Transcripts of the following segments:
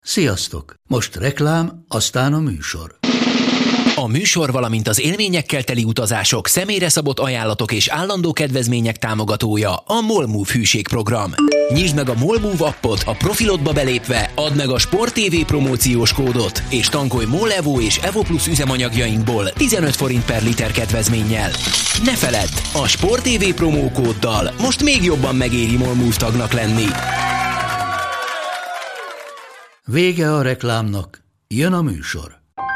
Sziasztok! Most reklám, aztán a műsor. A műsor, valamint az élményekkel teli utazások, személyre szabott ajánlatok és állandó kedvezmények támogatója a MOL Move hűségprogram. Nyisd meg a MOL Move appot a profilodba belépve, add meg a Sport TV promóciós kódot, és tankolj MOL Evo és Evo Plus üzemanyagjainkból 15 forint per liter kedvezménnyel. Ne feledd, a Sport TV promókóddal most még jobban megéri MOL Move tagnak lenni. Vége a reklámnak, jön a műsor.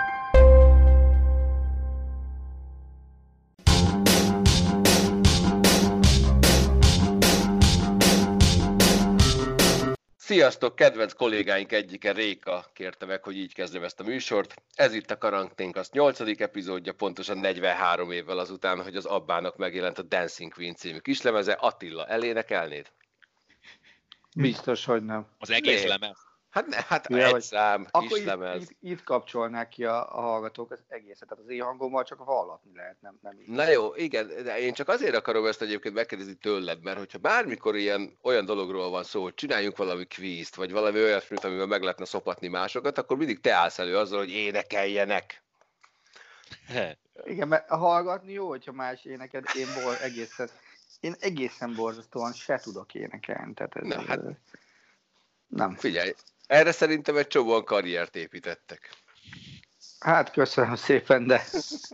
Sziasztok! Kedvenc kollégáink egyike, Réka kérte meg, hogy így kezdem ezt a műsort. Ez itt a Karanténkasz 8. epizódja, pontosan 43 évvel azután, hogy az Abbának megjelent a Dancing Queen című kislemeze. Attila, elénekelnéd? Biztos, hogy nem. Az egész lemez? Hát egy szám, kislemez. Itt kapcsolnák ki a hallgatók az egészet, tehát az én hangommal csak hallatni lehet, nem így. Na jó, igen, de én csak azért akarom ezt egyébként megkérdezni tőled, mert hogyha bármikor olyan dologról van szó, hogy csináljunk valami kvízt, vagy valami olyasmit, amivel meg lehetne szopatni másokat, akkor mindig te állsz elő azzal, hogy énekeljenek. Igen, mert hallgatni jó, hogyha más éneked, én egészen borzasztóan se tudok énekelni. Tehát ez, nem. Figyelj, erre szerintem egy csomóan karriert építettek. Hát köszönöm szépen, de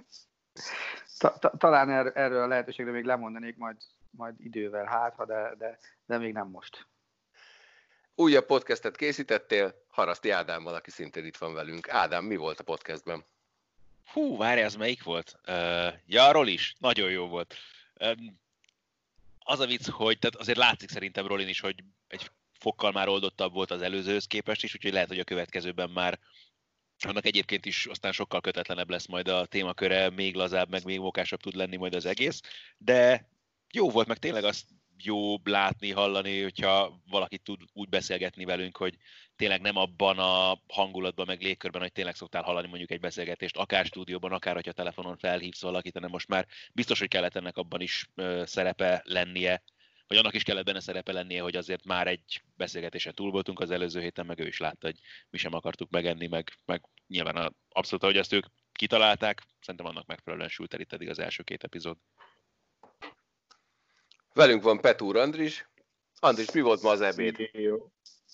talán erről a lehetőségre még lemondanék majd idővel, de még nem most. Újabb podcastet készítettél, Haraszti Ádámmal, aki szintén itt van velünk. Ádám, mi volt a podcastben? Várj, az melyik volt? Arról is. Nagyon jó volt. Az a vicc, hogy tehát azért látszik szerintem Rolin is, hogy egy fokkal már oldottabb volt az előzőhöz képest is, úgyhogy lehet, hogy a következőben már annak egyébként is aztán sokkal kötetlenebb lesz majd a témaköre, még lazább, meg még mókásabb tud lenni majd az egész, de jó volt, meg tényleg azt jó látni, hallani, hogyha valaki tud úgy beszélgetni velünk, hogy tényleg nem abban a hangulatban, meg légkörben, hogy tényleg szoktál hallani mondjuk egy beszélgetést, akár stúdióban, akár hogyha telefonon felhívsz valakit, hanem most már biztos, hogy kellett ennek abban is szerepe lennie, vagy annak is kellett benne szerepe lennie, hogy azért már egy beszélgetésen túl voltunk az előző héten, meg ő is látta, hogy mi sem akartuk megenni, meg nyilván abszolút, ahogy ezt ők kitalálták, szerintem annak megfelelően sült el itt eddig az első 2 epizód. Velünk van Petúr Andris. Andris, mi volt ma az ebéd? Jó.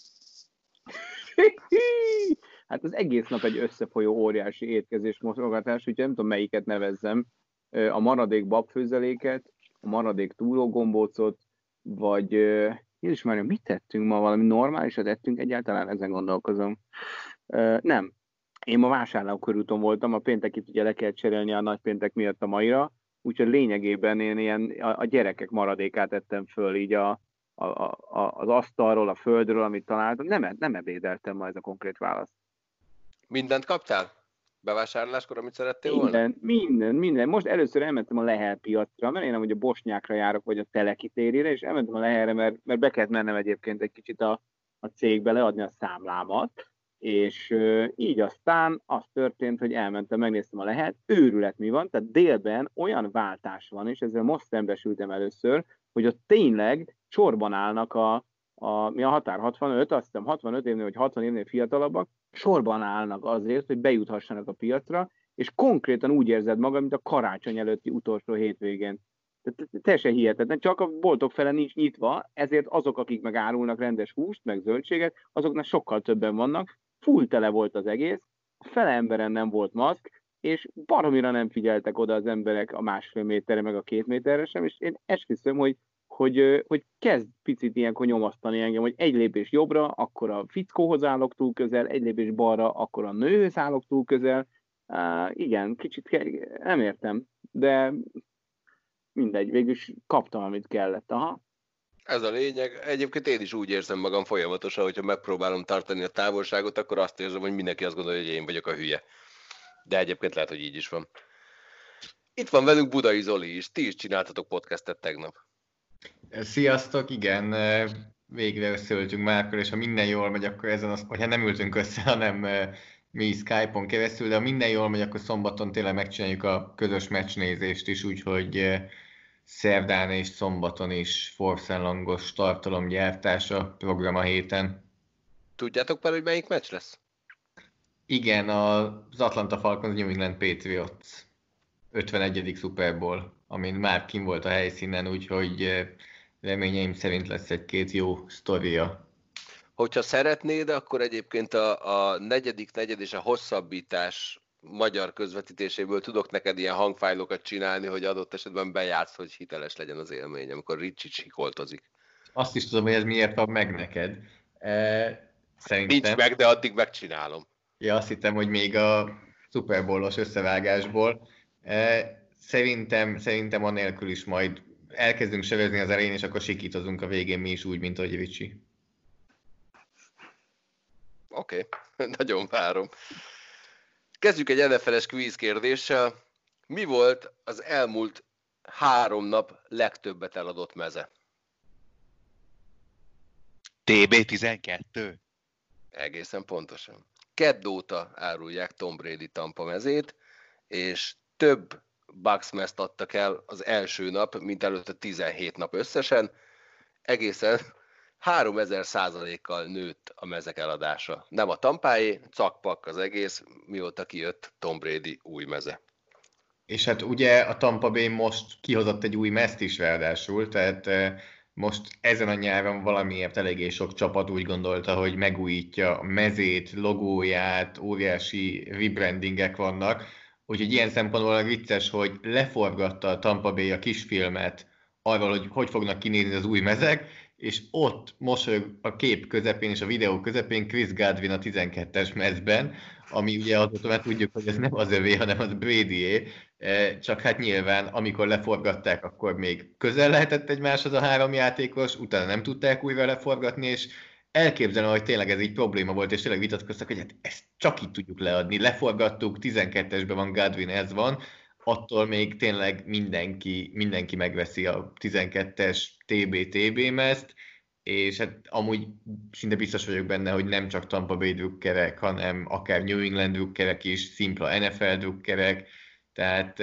Hát az egész nap egy összefolyó óriási étkezés mosogatás, úgyhogy nem tudom melyiket nevezzem. A maradék babfőzeléket, a maradék túrógombócot, vagy Jézus-Mária, mit tettünk ma? Valami normálisat ettünk? Egyáltalán ezen gondolkozom. Nem. Én ma vásárlókörúton voltam, a péntekit ugye le kell cserélni a nagypéntek miatt a maira, úgyhogy lényegében én a gyerekek maradékát ettem föl így az asztalról, a földről, amit találtam. Nem ebédeltem ma, ez a konkrét válasz. Mindent kaptál? Bevásárláskor, amit szerettél volna? Minden. Most először elmentem a Lehel piacra, mert én nem, hogy a Bosnyákra járok, vagy a Teleki térére, és elmentem a Lehelre, mert be kellett mennem egyébként egy kicsit a cégbe leadni a számlámat, és így aztán az történt, hogy elmentem, megnéztem a Lehelt, őrület mi van, tehát délben olyan váltás van, és ezzel most szembesültem először, hogy ott tényleg sorban állnak mi a határ 65, azt hiszem 65 évnél vagy 60 évnél fiatalabbak, sorban állnak azért, hogy bejuthassanak a piacra, és konkrétan úgy érzed magad, mint a karácsony előtti utolsó hétvégén. Tehát teljesen hihetetlen, csak a boltok fele nincs nyitva, ezért azok, akik meg árulnak rendes húst, meg zöldséget, azoknak sokkal többen vannak, full tele volt az egész, a fele emberen nem volt maszk, és baromira nem figyeltek oda az emberek a 1,5 méterre, meg a 2 méterre sem, és én esküszöm, hogy kezd picit ilyenkor nyomasztani engem, hogy egy lépés jobbra, akkor a fickóhoz állok túl közel, egy lépés balra, akkor a nőhöz állok túl közel. Igen, kicsit nem értem, de mindegy, végülis kaptam, amit kellett. Aha. Ez a lényeg. Egyébként én is úgy érzem magam folyamatosan, hogyha megpróbálom tartani a távolságot, akkor azt érzem, hogy mindenki azt gondolja, hogy én vagyok a hülye. De egyébként lehet, hogy így is van. Itt van velünk Budai Zoli is. Ti is csináltatok podcastet tegnap. Sziasztok, igen, végre összeültünk Márkkal, és ha minden jól megy, akkor hogyha nem ültünk össze, hanem mi Skype-on keresztül, de ha minden jól megy, akkor szombaton tényleg megcsináljuk a közös meccsnézést is, úgyhogy szerdán és szombaton is Force Langos tartalomgyártás a program a héten. Tudjátok már, hogy melyik meccs lesz? Igen, az Atlanta Falcons New England Patriots 51. Super Bowl, amin már kim volt a helyszínen, úgyhogy reményeim szerint lesz egy-két jó sztoria. Hogyha szeretnéd, akkor egyébként a negyedik negyed és a hosszabbítás magyar közvetítéséből tudok neked ilyen hangfájlokat csinálni, hogy adott esetben bejátsz, hogy hiteles legyen az élmény, amikor Ricsi csikoltozik. Azt is tudom, hogy ez miért van meg neked. Szerintem... Nincs meg, de addig megcsinálom. Ja, azt hittem, hogy még a Super Bowl-os összevágásból. Szerintem anélkül is majd elkezdünk sövezni az elején, és akkor sikítozunk a végén mi is úgy, mint ahogy Ricsi. Oké, nagyon várom. Kezdjük egy NFL-es kvíz kérdéssel. Mi volt az elmúlt 3 nap legtöbbet eladott meze? TB12. Egészen pontosan. Kedd óta árulják Tom Brady Tampa mezét, és több Bucks mezt adtak el az első nap, mint előtte 17 nap összesen. Egészen 3000%-kal nőtt a mezek eladása. Nem a Tampáé, cakpak az egész, mióta kijött Tom Brady új meze. És hát ugye a Tampa Bay most kihozott egy új mezt is ráadásul, tehát most ezen a nyáron valamiért eléggé sok csapat úgy gondolta, hogy megújítja a mezét, logóját, óriási rebrandingek vannak, úgyhogy ilyen szempontból vicces, hogy leforgatta a Tampa Bay a kisfilmet arról, hogy fognak kinézni az új mezek, és ott mosolyog a kép közepén és a videó közepén Chris Godwin a 12-es mezben, ami ugye azóta már tudjuk, hogy ez nem az övé, hanem az Bradyé, csak hát nyilván, amikor leforgatták, akkor még közel lehetett egymáshoz a 3 játékos, utána nem tudták újra leforgatni, és elképzelem, hogy tényleg ez így probléma volt, és tényleg vitatkoztak, hogy hát ezt csak így tudjuk leadni. Leforgattuk, 12-esben van Godwin, ez van, attól még tényleg mindenki megveszi a 12-es TB mezt, és hát amúgy szinte biztos vagyok benne, hogy nem csak Tampa Bay drukkerek, hanem akár New England drukkerek is, szimpla NFL drukkerek, tehát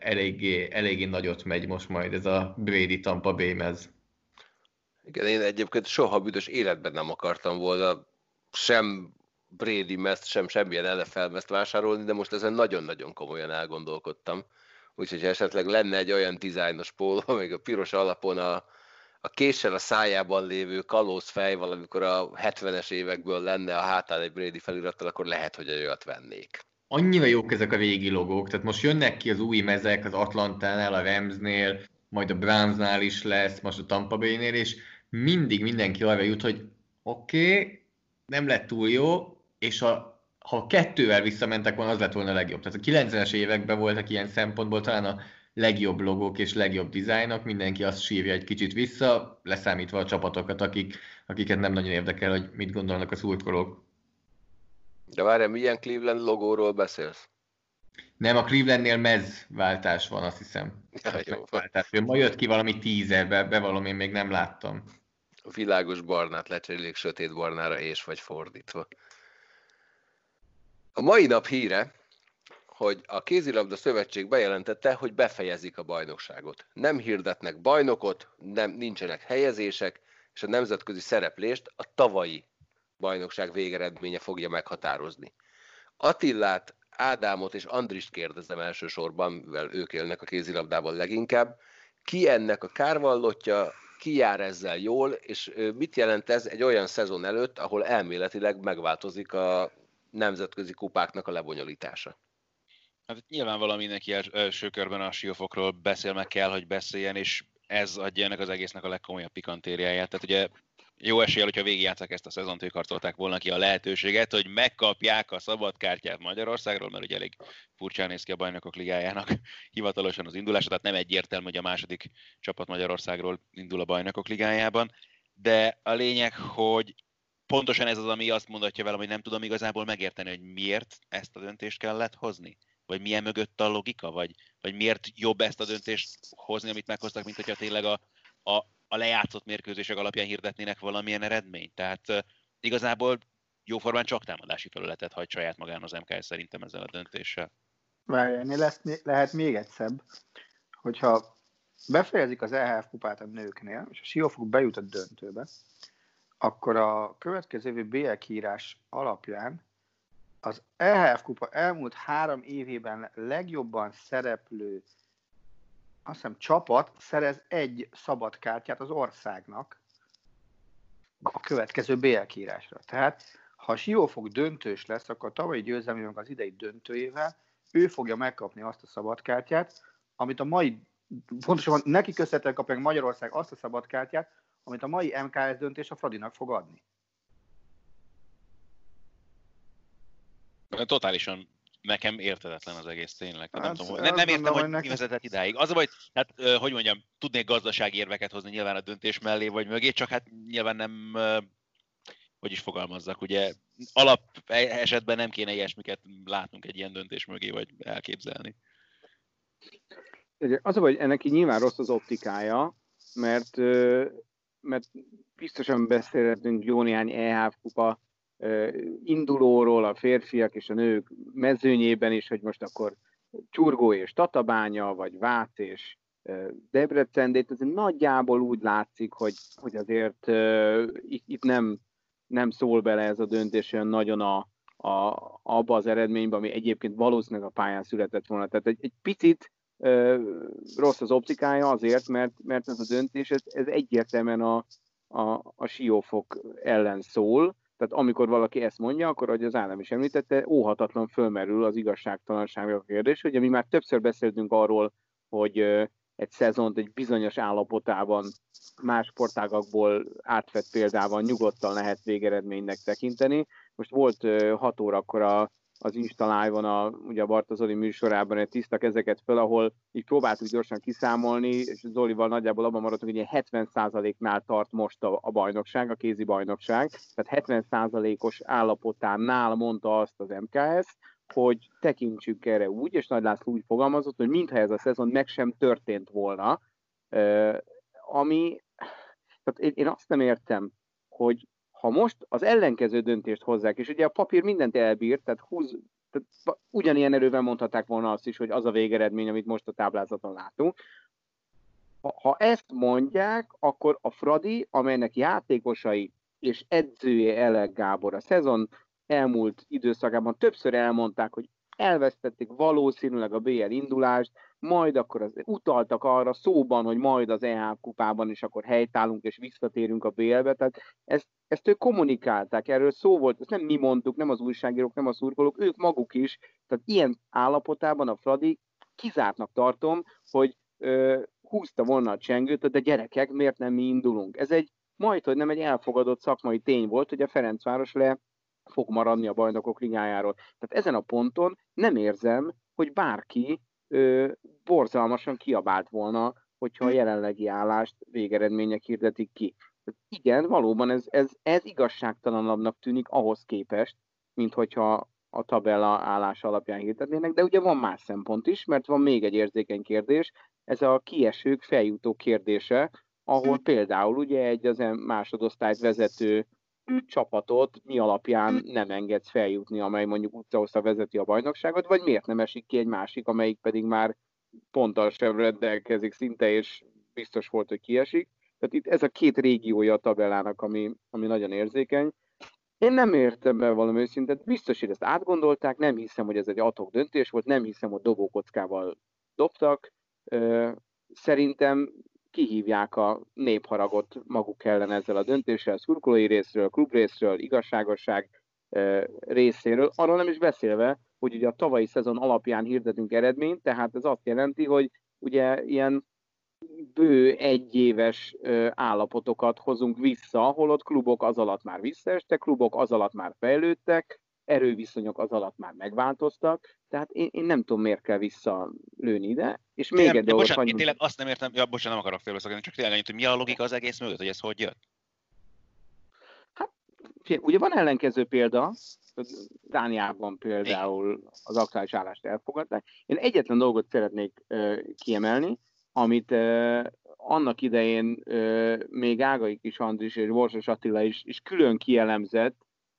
eléggé nagyot megy most majd ez a Brady Tampa Bay mez. Igen, én egyébként soha büdös életben nem akartam volna sem Brady mezt, sem semmilyen NFL mezt vásárolni, de most ezen nagyon-nagyon komolyan elgondolkodtam. Úgyhogy esetleg lenne egy olyan dizájnos póló, még a piros alapon a késsel a szájában lévő kalózfej, valamikor a 70-es évekből lenne a hátán egy Brady felirattal, akkor lehet, hogy olyat vennék. Annyira jók ezek a régi logók, tehát most jönnek ki az új mezek az Atlantánál, a Ramsnél, majd a Brownsnál is lesz, most a Tampa Baynél, és mindig mindenki arra jut, hogy oké, nem lett túl jó, és ha 2-vel visszamentek volna, az lett volna a legjobb. Tehát a 90-es években voltak ilyen szempontból talán a legjobb logók és legjobb dizájnok, mindenki azt sírja egy kicsit vissza, leszámítva a csapatokat, akiket nem nagyon érdekel, hogy mit gondolnak a szurkolók. De várjál, milyen Cleveland logóról beszélsz? Nem, a Clevelandnél mezváltás van, azt hiszem. Jó. Ma jött ki valami 10-be, bevallom, én még nem láttam. A világos barnát lecserélik sötét barnára, és vagy fordítva. A mai nap híre, hogy a Kézilabda Szövetség bejelentette, hogy befejezik a bajnokságot. Nem hirdetnek bajnokot, nincsenek helyezések, és a nemzetközi szereplést a tavalyi bajnokság végeredménye fogja meghatározni. Attillát, Ádámot és Andrist kérdezem elsősorban, mivel ők élnek a kézilabdában leginkább. Ki ennek a kárvallottja, ki jár ezzel jól, és mit jelent ez egy olyan szezon előtt, ahol elméletileg megváltozik a nemzetközi kupáknak a lebonyolítása? Hát nyilvánvalóan mindenki első körben a siófokról beszél, meg kell, hogy beszéljen, és ez adja ennek az egésznek a legkomolyabb pikantériáját. Tehát ugye jó eséllyel, hogyha végigjátszák ezt a szezont, ők harcolták volna ki a lehetőséget, hogy megkapják a szabadkártyát Magyarországról, mert ugye elég furcsán néz ki a Bajnokok Ligájának hivatalosan az indulása, tehát nem egyértelmű, hogy a második csapat Magyarországról indul a Bajnokok Ligájában, de a lényeg, hogy pontosan ez az, ami azt mondatja velem, hogy nem tudom igazából megérteni, hogy miért ezt a döntést kellett hozni, vagy milyen mögött a logika, vagy miért jobb ezt a döntést hozni, amit meghoztak, mint hogyha tényleg a lejátszott mérkőzések alapján hirdetnének valamilyen eredményt. Tehát igazából jóformán csak támadási felületet hagy saját magán az MKS szerintem ezzel a döntéssel. Várjálni, lehet még egyszebb, hogyha befejezik az EHF kupát a nőknél, és a Siófok bejut a döntőbe, akkor a következő évi BL kiírás alapján az EHF kupa elmúlt 3 évében legjobban szereplő, azt hiszem, csapat szerez 1 szabad kártyát az országnak a következő BL kiírásra. Tehát, ha a Siófok döntős lesz, akkor a tavalyi győzelmének az idei döntőjével ő fogja megkapni azt a szabad kártyát, amit a mai, pontosabban neki köszönhetően kapja meg Magyarország azt a szabad kártyát, amit a mai MKS döntés a Fradinak fog adni. Totálisan nekem érthetetlen az egész tényleg. Hát, nem tudom, nem értem, hogy mi vezetett idáig. Az a baj, hát, hogy mondjam, tudnék gazdasági érveket hozni nyilván a döntés mellé vagy mögé, csak hát nyilván nem, hogy is fogalmazzak, ugye alap esetben nem kéne ilyesmiket látnunk egy ilyen döntés mögé, vagy elképzelni. Az a baj, hogy ennek nyilván rossz az optikája, mert biztosan beszélhetünk jó néhány EHF kupa indulóról a férfiak és a nők mezőnyében is, hogy most akkor Csurgó és Tatabánya, vagy Vác és Debrecen, de itt azért nagyjából úgy látszik, hogy azért itt nem szól bele ez a döntés olyan nagyon abba az eredménybe, ami egyébként valószínűleg a pályán született volna. Tehát egy picit rossz az optikája azért, mert ez a döntés ez egyértelműen a Siófok ellen szól. Tehát amikor valaki ezt mondja, akkor, ahogy az Ádám is említette, óhatatlan fölmerül az igazságtalanság a kérdés, hogy mi már többször beszéltünk arról, hogy egy szezont egy bizonyos állapotában más sportágakból átvett példával nyugodtan lehet végeredménynek tekinteni. Most volt 6 órakor az Insta Live-on ugye a Barta Zoli műsorában egy tisztak ezeket fel, ahol így próbáltuk gyorsan kiszámolni, és Zolival nagyjából abban maradtunk, hogy ilyen 70%-nál tart most a bajnokság, a kézi bajnokság. Tehát 70%-os állapotánál mondta azt az MKS, hogy tekintsük erre úgy, és Nagy László úgy fogalmazott, hogy mintha ez a szezon meg sem történt volna, tehát én azt nem értem, hogy ha most az ellenkező döntést hozzák, és ugye a papír mindent elbír, tehát ugyanilyen erővel mondhatták volna azt is, hogy az a végeredmény, amit most a táblázaton látunk. Ha ezt mondják, akkor a Fradi, amelynek játékosai és edzője Elek Gábor a szezon elmúlt időszakában többször elmondták, hogy elvesztették valószínűleg a BL indulást, majd akkor utaltak arra szóban, hogy majd az EHF kupában is akkor helytállunk és visszatérünk a BL-be, tehát ezt ők kommunikálták, erről szó volt, ezt nem mi mondtuk, nem az újságírók, nem a szurkolók, ők maguk is, tehát ilyen állapotában a Fradi kizártnak tartom, hogy húzta volna a csengőt, de gyerekek, miért nem mi indulunk? Ez majdhogy nem egy elfogadott szakmai tény volt, hogy a Ferencváros fog maradni a Bajnokok Ligájáról. Tehát ezen a ponton nem érzem, hogy bárki borzalmasan kiabált volna, hogyha a jelenlegi állást végeredmények hirdetik ki. Tehát igen, valóban ez igazságtalanabbnak tűnik ahhoz képest, mint hogyha a tabella állása alapján hirdetnének, de ugye van más szempont is, mert van még egy érzékeny kérdés, ez a kiesők feljutó kérdése, ahol például ugye egy másodosztályt vezető csapatot mi alapján nem engedsz feljutni, amely mondjuk utcahosszra vezeti a bajnokságot, vagy miért nem esik ki egy másik, amelyik pedig már ponttal sem rendelkezik szinte, és biztos volt, hogy kiesik. Tehát itt ez a két régiója a tabellának, ami nagyon érzékeny. Én nem értem be valami őszintén, biztos, hogy ezt átgondolták, nem hiszem, hogy ez egy ad hoc döntés volt, nem hiszem, hogy dobókockával dobtak. Szerintem kihívják a népharagot maguk ellen ezzel a döntéssel, szurkolói részről, klub részről, igazságosság részéről. Arról nem is beszélve, hogy ugye a tavalyi szezon alapján hirdetünk eredményt, tehát ez azt jelenti, hogy ugye ilyen bő egyéves állapotokat hozunk vissza, holott klubok az alatt már visszaestek, klubok az alatt már fejlődtek, erőviszonyok az alatt már megváltoztak, tehát én nem tudom, miért kell visszalőni ide, és még egy dolgot... Bocsánat, én tényleg azt nem értem, bocsánat, nem akarok félbeszakítani, csak tényleg annyit, hogy mi a logika az egész mögött, hogy ez hogy jött? Hát, ugye van ellenkező példa, Dániában például az aktuális állást elfogadták. Én egyetlen dolgot szeretnék kiemelni, amit annak idején még Ágai Kis Andris és Borsos Attila is külön kielemzett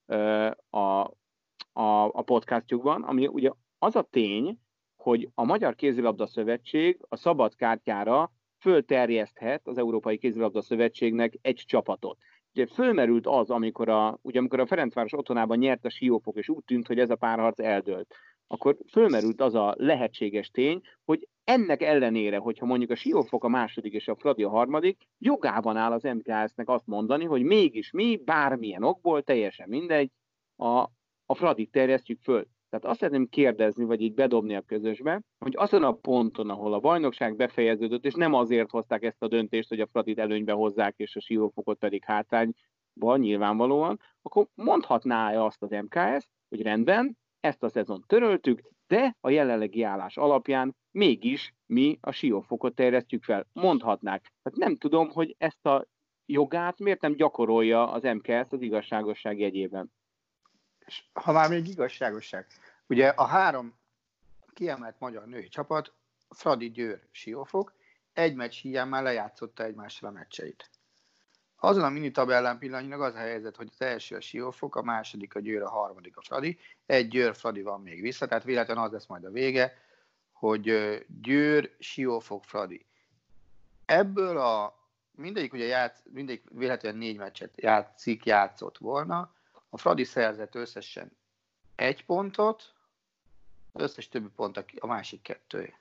a podcastjukban, ami ugye az a tény, hogy a Magyar Kézilabda Szövetség a szabad kártyára fölterjeszthet az Európai Kézilabda Szövetségnek egy csapatot. ugye fölmerült az, amikor a Ferencváros otthonában nyert a Siófok, és úgy tűnt, hogy ez a párharc eldőlt, akkor fölmerült az a lehetséges tény, hogy ennek ellenére, hogyha mondjuk a Siófok a második és a Fradi a harmadik, jogában áll az MKS-nek azt mondani, hogy mégis mi, bármilyen okból, teljesen mindegy, a Fradit terjesztjük föl. Tehát azt szeretném kérdezni, vagy így bedobni a közösbe, hogy azon a ponton, ahol a bajnokság befejeződött, és nem azért hozták ezt a döntést, hogy a Fradit előnybe hozzák, és a Siófokot pedig hátrányba nyilvánvalóan, akkor mondhatná-e azt az MKS, hogy rendben, ezt a szezont töröltük, de a jelenlegi állás alapján mégis mi a Siófokot terjesztjük fel. Mondhatnák. Tehát nem tudom, hogy ezt a jogát miért nem gyakorolja az MKS az igazságosság jegyében. És ha már még igazságosság, ugye a 3 kiemelt magyar női csapat, Fradi, Győr, Siófok, egy meccs hiány már lejátszotta egymással a meccseit. Azon a minitabellán pillanatnyilag az a helyzet, hogy az első a Siófok, a második a Győr, a harmadik a Fradi. Egy Győr-Fradi van még vissza, tehát véletlenül az lesz majd a vége, hogy Győr, Siófok, Fradi. Ebből mindegyik véletlenül 4 meccset játszott volna, a Fradi szerzett összesen 1 pontot, az összes többi pont a másik 2.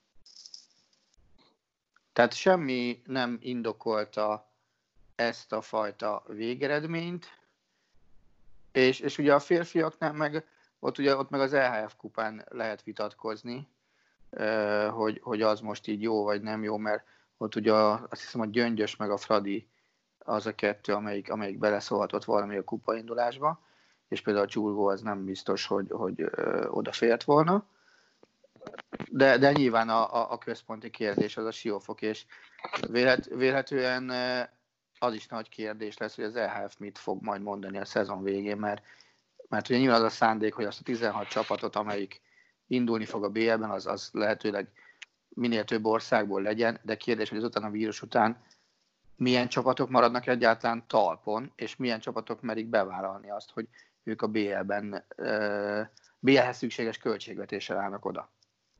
Tehát semmi nem indokolta ezt a fajta végeredményt, és ugye a férfiaknál meg ott meg az EHF kupán lehet vitatkozni, hogy az most így jó vagy nem jó, mert ott ugye azt hiszem a Gyöngyös meg a Fradi az a 2, amelyik beleszólhatott valami a kupaindulásba, és például a Csurgó az nem biztos, hogy odafért volna. De nyilván a központi kérdés az a Siófok, és véletlenül az is nagy kérdés lesz, hogy az EHF mit fog majd mondani a szezon végén, mert ugye nyilván az a szándék, hogy azt a 16 csapatot, amelyik indulni fog a BL-ben, az lehetőleg minél több országból legyen, de kérdés, hogy azután a vírus után milyen csapatok maradnak egyáltalán talpon, és milyen csapatok merik bevállalni azt, hogy ők a BL-ben BL-hez szükséges költségvetéssel állnak oda.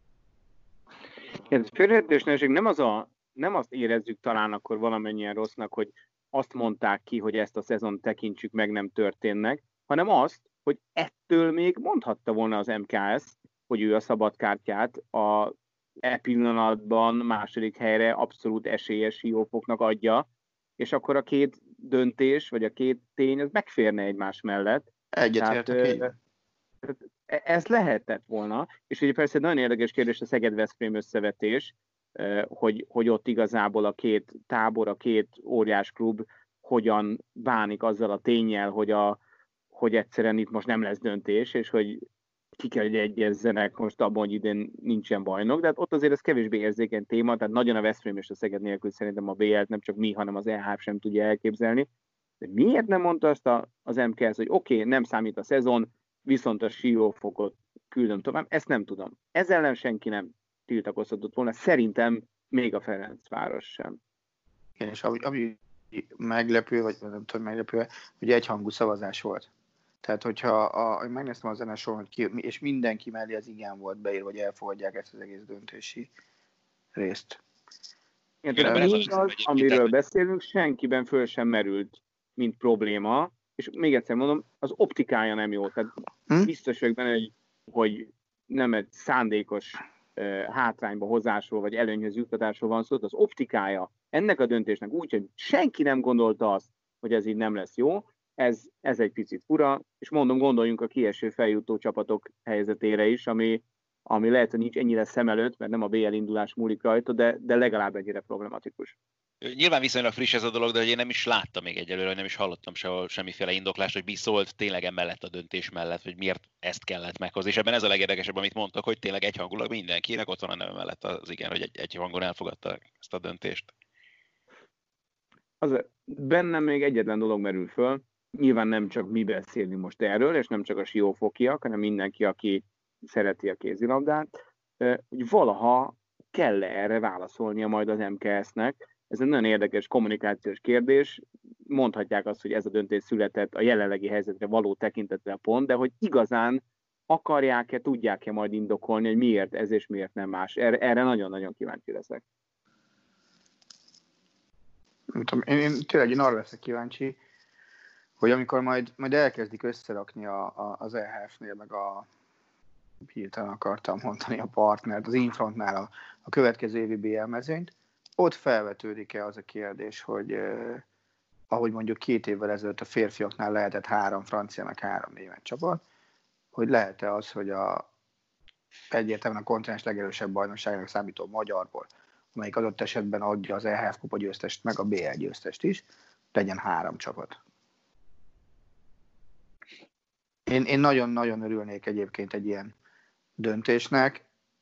Ez félreértésnélség nem azt érezzük talán akkor valamennyien rossznak, hogy azt mondták ki, hogy ezt a szezon tekintsük meg, nem történnek, hanem azt, hogy ettől még mondhatta volna az MKS, hogy ő a szabadkártyát a pillanatban második helyre abszolút esélyes Siófoknak adja, és akkor a 2 döntés, vagy a 2 tény, az megférne egymás mellett. Egyetértek. Ez lehetett volna, és ugye persze nagyon érdekes kérdés a Szeged-Veszprém összevetés, hogy ott igazából a 2 tábor, a 2 óriás klub hogyan bánik azzal a ténnyel, hogy egyszerűen itt most nem lesz döntés, és hogy ki kell, hogy egyezzenek most abban, hogy idén nincsen bajnok, de hát ott azért ez kevésbé érzékeny téma, tehát nagyon a Veszprém és a Szeged nélkül szerintem a BL-t nem csak mi, hanem az EHF sem tudja elképzelni. De miért nem mondta azt az MKS, hogy oké, nem számít a szezon, viszont a Siófokot küldöm tovább? Ezt nem tudom. Ezzel ellen senki nem tiltakozhatott volna, szerintem még a Ferencváros sem. Igen, és ami meglepő, vagy nem tudom meglepő, hogy egyhangú szavazás volt. Tehát, hogyha megnéztem az NSO-n, és mindenki mellé az igen volt beírva, hogy elfogadják ezt az egész döntési részt. Igen, amiről beszélünk, senkiben föl sem merült, mint probléma, és még egyszer mondom, az optikája nem jó. Tehát biztos vagyok benne, hogy nem egy szándékos hátrányba hozásról, vagy előnyhöz juttatásról van szó, az optikája ennek a döntésnek úgy, hogy senki nem gondolta azt, hogy ez így nem lesz jó, ez egy picit fura, és mondom, gondoljunk a kieső feljutó csapatok helyzetére is, ami lehet, hogy nincs ennyire szem előtt, mert nem a BL indulás múlik rajta, de legalább ennyire problematikus. Nyilván viszonylag friss ez a dolog, de hogy én nem is láttam még egyelőre, nem is hallottam semmiféle indoklást, hogy mi szólt tényleg emellett a döntés mellett, hogy miért ezt kellett meghozni. És ebben ez a legérdekesebb, amit mondtak, hogy tényleg egyhangulag mindenkinek ott van a neve mellett az igen, hogy egy hangon elfogadta ezt a döntést. Bennem még egyetlen dolog merül föl, nyilván nem csak mi beszélünk most erről, és nem csak a siófokiak, hanem mindenki, aki szereti a kézilabdát, hogy valaha kell erre válaszolnia majd az MKS-nek. Ez egy nagyon érdekes kommunikációs kérdés. Mondhatják azt, hogy ez a döntés született a jelenlegi helyzetre való tekintettel pont, de hogy igazán akarják-e, tudják-e majd indokolni, hogy miért ez és miért nem más. Erre nagyon-nagyon kíváncsi leszek. Nem tudom, én tényleg arra leszek kíváncsi, hogy amikor majd elkezdik összerakni az EHF-nél, meg hirtelen akartam mondani a partnert, az Infrontnál a következő évi BL mezőnyt, ott felvetődik-e az a kérdés, hogy ahogy mondjuk 2 évvel ezelőtt a férfiaknál lehetett 3 francia, meg 3 német csapat, hogy lehet-e az, hogy egyértelműen a kontinens legerősebb bajnokságnak számító magyarból, amelyik adott esetben adja az EHF kupa győztest, meg a BL győztest is, legyen 3 csapat. Én nagyon-nagyon örülnék egyébként egy ilyen döntésnek,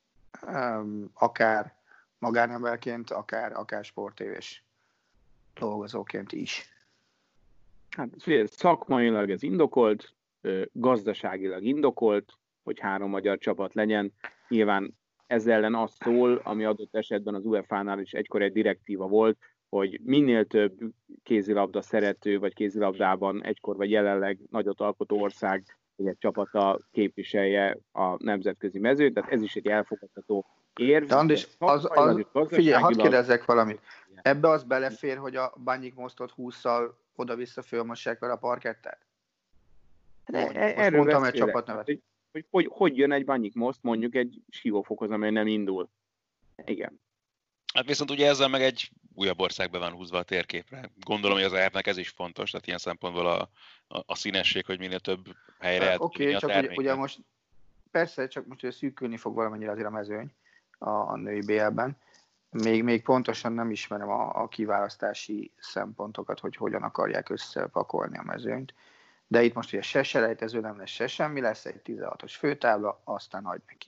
akár magánemberként, akár sportévés dolgozóként is. Hát szakmailag ez indokolt, gazdaságilag indokolt, hogy 3 magyar csapat legyen. Nyilván ez ellen az szól, ami adott esetben az UEFA-nál is egykor egy direktíva volt, hogy minél több kézilabda szerető, vagy kézilabdában egykor vagy jelenleg nagyot alkotó ország, hogy egy csapata képviselje a nemzetközi mezőt, tehát ez is egy elfogadható érv. De Andis, figyelj, hadd kérdezzek valamit. Ebbe az belefér, hogy a Banyik Mostot 20-szal oda-vissza fölmossák vele a parkettet? Erről mondtam egy csapatnevet. Hogy jön egy Banyik Most mondjuk egy siófokhoz, amely nem indul. Igen. Hát viszont ugye ezzel meg egy újabb ország be van húzva a térképre. Gondolom, hogy az EHF-nek ez is fontos, tehát ilyen szempontból a színesség, hogy minél több helyre el Oké, csak ugye most persze, csak most ugye szűkülni fog valamennyire azért a mezőny a női BL-ben. Még pontosan nem ismerem a kiválasztási szempontokat, hogy hogyan akarják összepakolni a mezőnyt. De itt most ugye se selejtező nem lesz, se semmi, lesz egy 16-os főtábla, aztán hagy neki.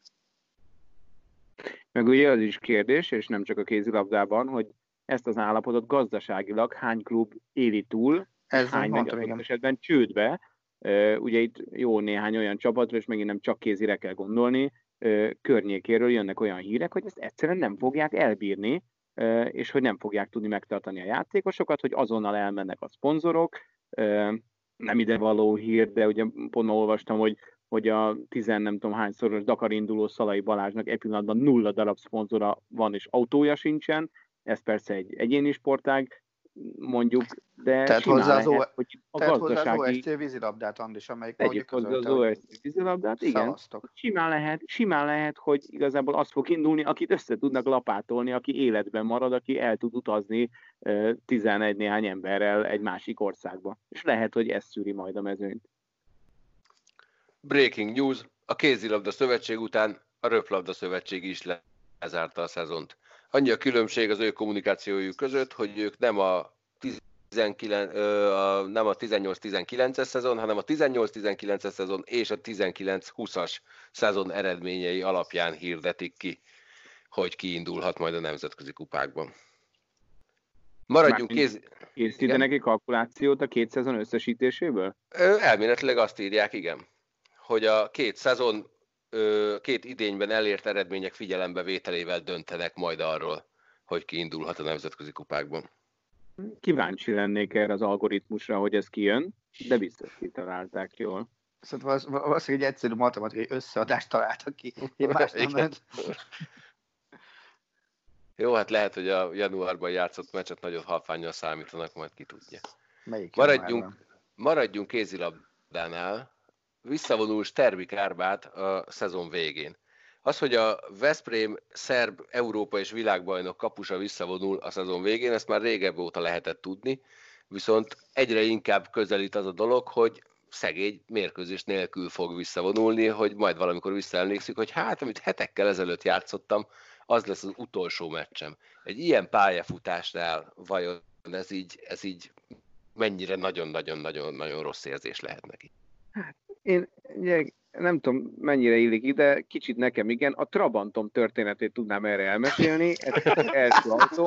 Meg ugye az is kérdés, és nem csak a kézilabdában, hogy ezt az állapotot gazdaságilag hány klub éli túl, hány megy az esetben csődbe. Ugye itt jó néhány olyan csapatra, és megint nem csak kézire kell gondolni, környékéről jönnek olyan hírek, hogy ezt egyszerűen nem fogják elbírni, és hogy nem fogják tudni megtartani a játékosokat, hogy azonnal elmennek a szponzorok. Nem idevaló hír, de ugye pont olvastam, hogy a 10 nem tudom hányszoros Dakar induló Szalai Balázsnak egy pillanatban 0 darab szponzora van, és autója sincsen. Ez persze egy egyéni sportág, mondjuk, de tehát hozzá az hogy a gazdasági... OSC vízilabdát, Andis, amelyik tegyük hozzá az OSC vízilabdát, igen. Simán lehet, hogy igazából az fog indulni, akit össze tudnak lapátolni, aki életben marad, aki el tud utazni 11 néhány emberrel egy másik országba. És lehet, hogy ez szűri majd a mezőnyt. Breaking news, a kézilabda szövetség után a röplabda szövetség is lezárta a szezont. Annyi a különbség az ő kommunikációjuk között, hogy ők nem a 18-19-es szezon, hanem a 18-19-es szezon és a 19-20-as szezon eredményei alapján hirdetik ki, hogy kiindulhat majd a nemzetközi kupákban. Maradjunk készítenek egy kalkulációt a 2 szezon összesítéséből? Elméletileg azt írják, igen, hogy a 2 szezon 2 idényben elért eredmények figyelembevételével döntenek majd arról, hogy kiindulhat a nemzetközi kupákban. Kíváncsi lennék erre az algoritmusra, hogy ez kijön, de biztos kitalálták jól. Szóval valószínűleg egy egyszerű matematikai összeadást találtak ki. Jó, hát lehet, hogy a januárban játszott meccset nagyon halfánnyal számítanak, majd ki tudja. Maradjunk kézilabdánál. Visszavonul Sterbik Árbád a szezon végén. Az, hogy a Veszprém szerb Európa és világbajnok kapusa visszavonul a szezon végén, ezt már régebb óta lehetett tudni, viszont egyre inkább közelít az a dolog, hogy szegény mérkőzés nélkül fog visszavonulni, hogy majd valamikor visszaemlékszik, hogy hát, amit hetekkel ezelőtt játszottam, az lesz az utolsó meccsem. Egy ilyen pályafutásnál vajon ez így mennyire nagyon-nagyon-nagyon rossz érzés lehet neki? Én nem tudom, mennyire illik ide, kicsit nekem igen, a Trabantom történetét tudnám erre elmesélni, ez az első autó.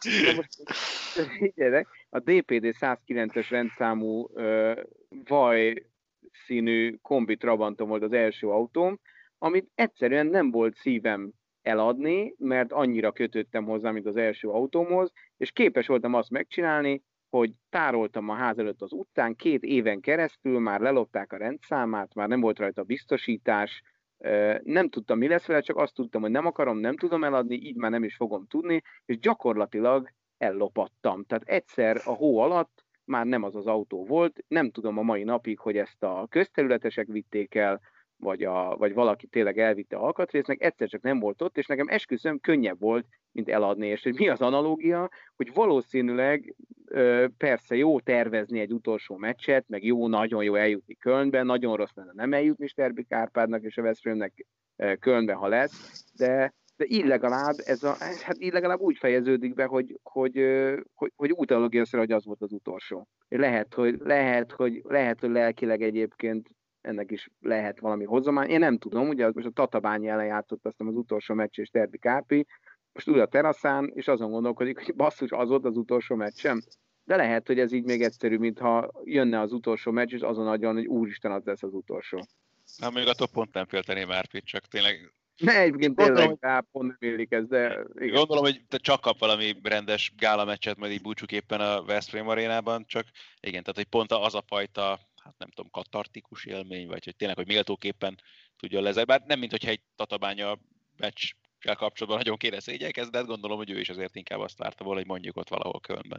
A DPD 109-es rendszámú vaj színű kombi Trabantom volt az első autóm, amit egyszerűen nem volt szívem eladni, mert annyira kötődtem hozzá, mint az első autómhoz, és képes voltam azt megcsinálni, hogy tároltam a ház előtt az utcán, 2 éven keresztül, már lelopták a rendszámát, már nem volt rajta biztosítás, nem tudtam, mi lesz vele, csak azt tudtam, hogy nem akarom, nem tudom eladni, így már nem is fogom tudni, és gyakorlatilag ellopattam. Tehát egyszer a hó alatt már nem az az autó volt. Nem tudom a mai napig, hogy ezt a közterületesek vitték el, vagy valaki tényleg elvitte alkatrésznek, egyszer csak nem volt ott, és nekem esküszöm könnyebb volt, mint eladni. És hogy mi az analógia, hogy valószínűleg persze jó tervezni egy utolsó meccset, meg nagyon jó eljutni Kölnben, nagyon rossz lenne nem eljutni Sterbik Árpádnak és a Veszprémnek Kölnben, ha lesz, de így legalább úgy fejeződik be, hogy utalogészre, hogy az volt az utolsó. Lehet, hogy lelkileg egyébként ennek is lehet valami hozomány. Én nem tudom, ugye most a Tatabányi ellen játszott aztán az utolsó meccs, és Sterbik Árpi, most ül a teraszán, és azon gondolkodik, hogy basszus, az volt az utolsó meccsem. De lehet, hogy ez így még egyszerű, mintha jönne az utolsó meccs, és azon adjon, hogy úristen, az lesz az utolsó. Na, még attól pont nem félteném Árpit, csak tényleg... Ne, egyébként tényleg pont nem illik ez, de... Igen. Gondolom, hogy te csak kap valami rendes gála meccset, majd így búcsuk éppen a Veszprém arénában, csak igen, tehát hogy pont az a fajta, hát nem tudom, katartikus élmény, vagy hogy tényleg, hogy méltóképpen tudjon lezárni. Bár nem, minthogyha egy Tatabánya meccsel kapcsolatban nagyon kéne szégyelkezni, de hát gondolom, hogy ő is azért inkább azt várta volna, hogy mondjuk ott valahol Kölnben.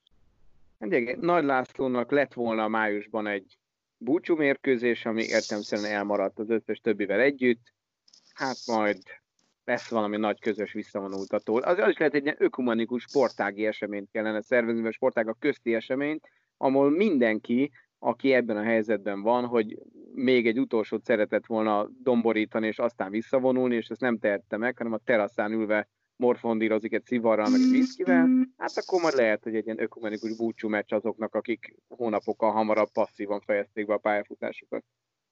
Nagy Lászlónak lett volna májusban egy búcsú mérkőzés, ami értelemszerűen elmaradt az összes többivel együtt. Hát majd lesz valami nagy közös visszavonultató. Az is lehet egy ilyen ökumenikus sportági eseményt kellene szervezni, vagy sportágak közti eseményt, ahol mindenki, aki ebben a helyzetben van, hogy még egy utolsót szeretett volna domborítani, és aztán visszavonulni, és ezt nem tehette meg, hanem a teraszán ülve morfondírozik egy szivarral, meg egy viszkivel, hát akkor majd lehet, hogy egy ilyen ökumenikus búcsú meccs azoknak, akik hónapokkal hamarabb passzívan fejezték be a pályafutásukat.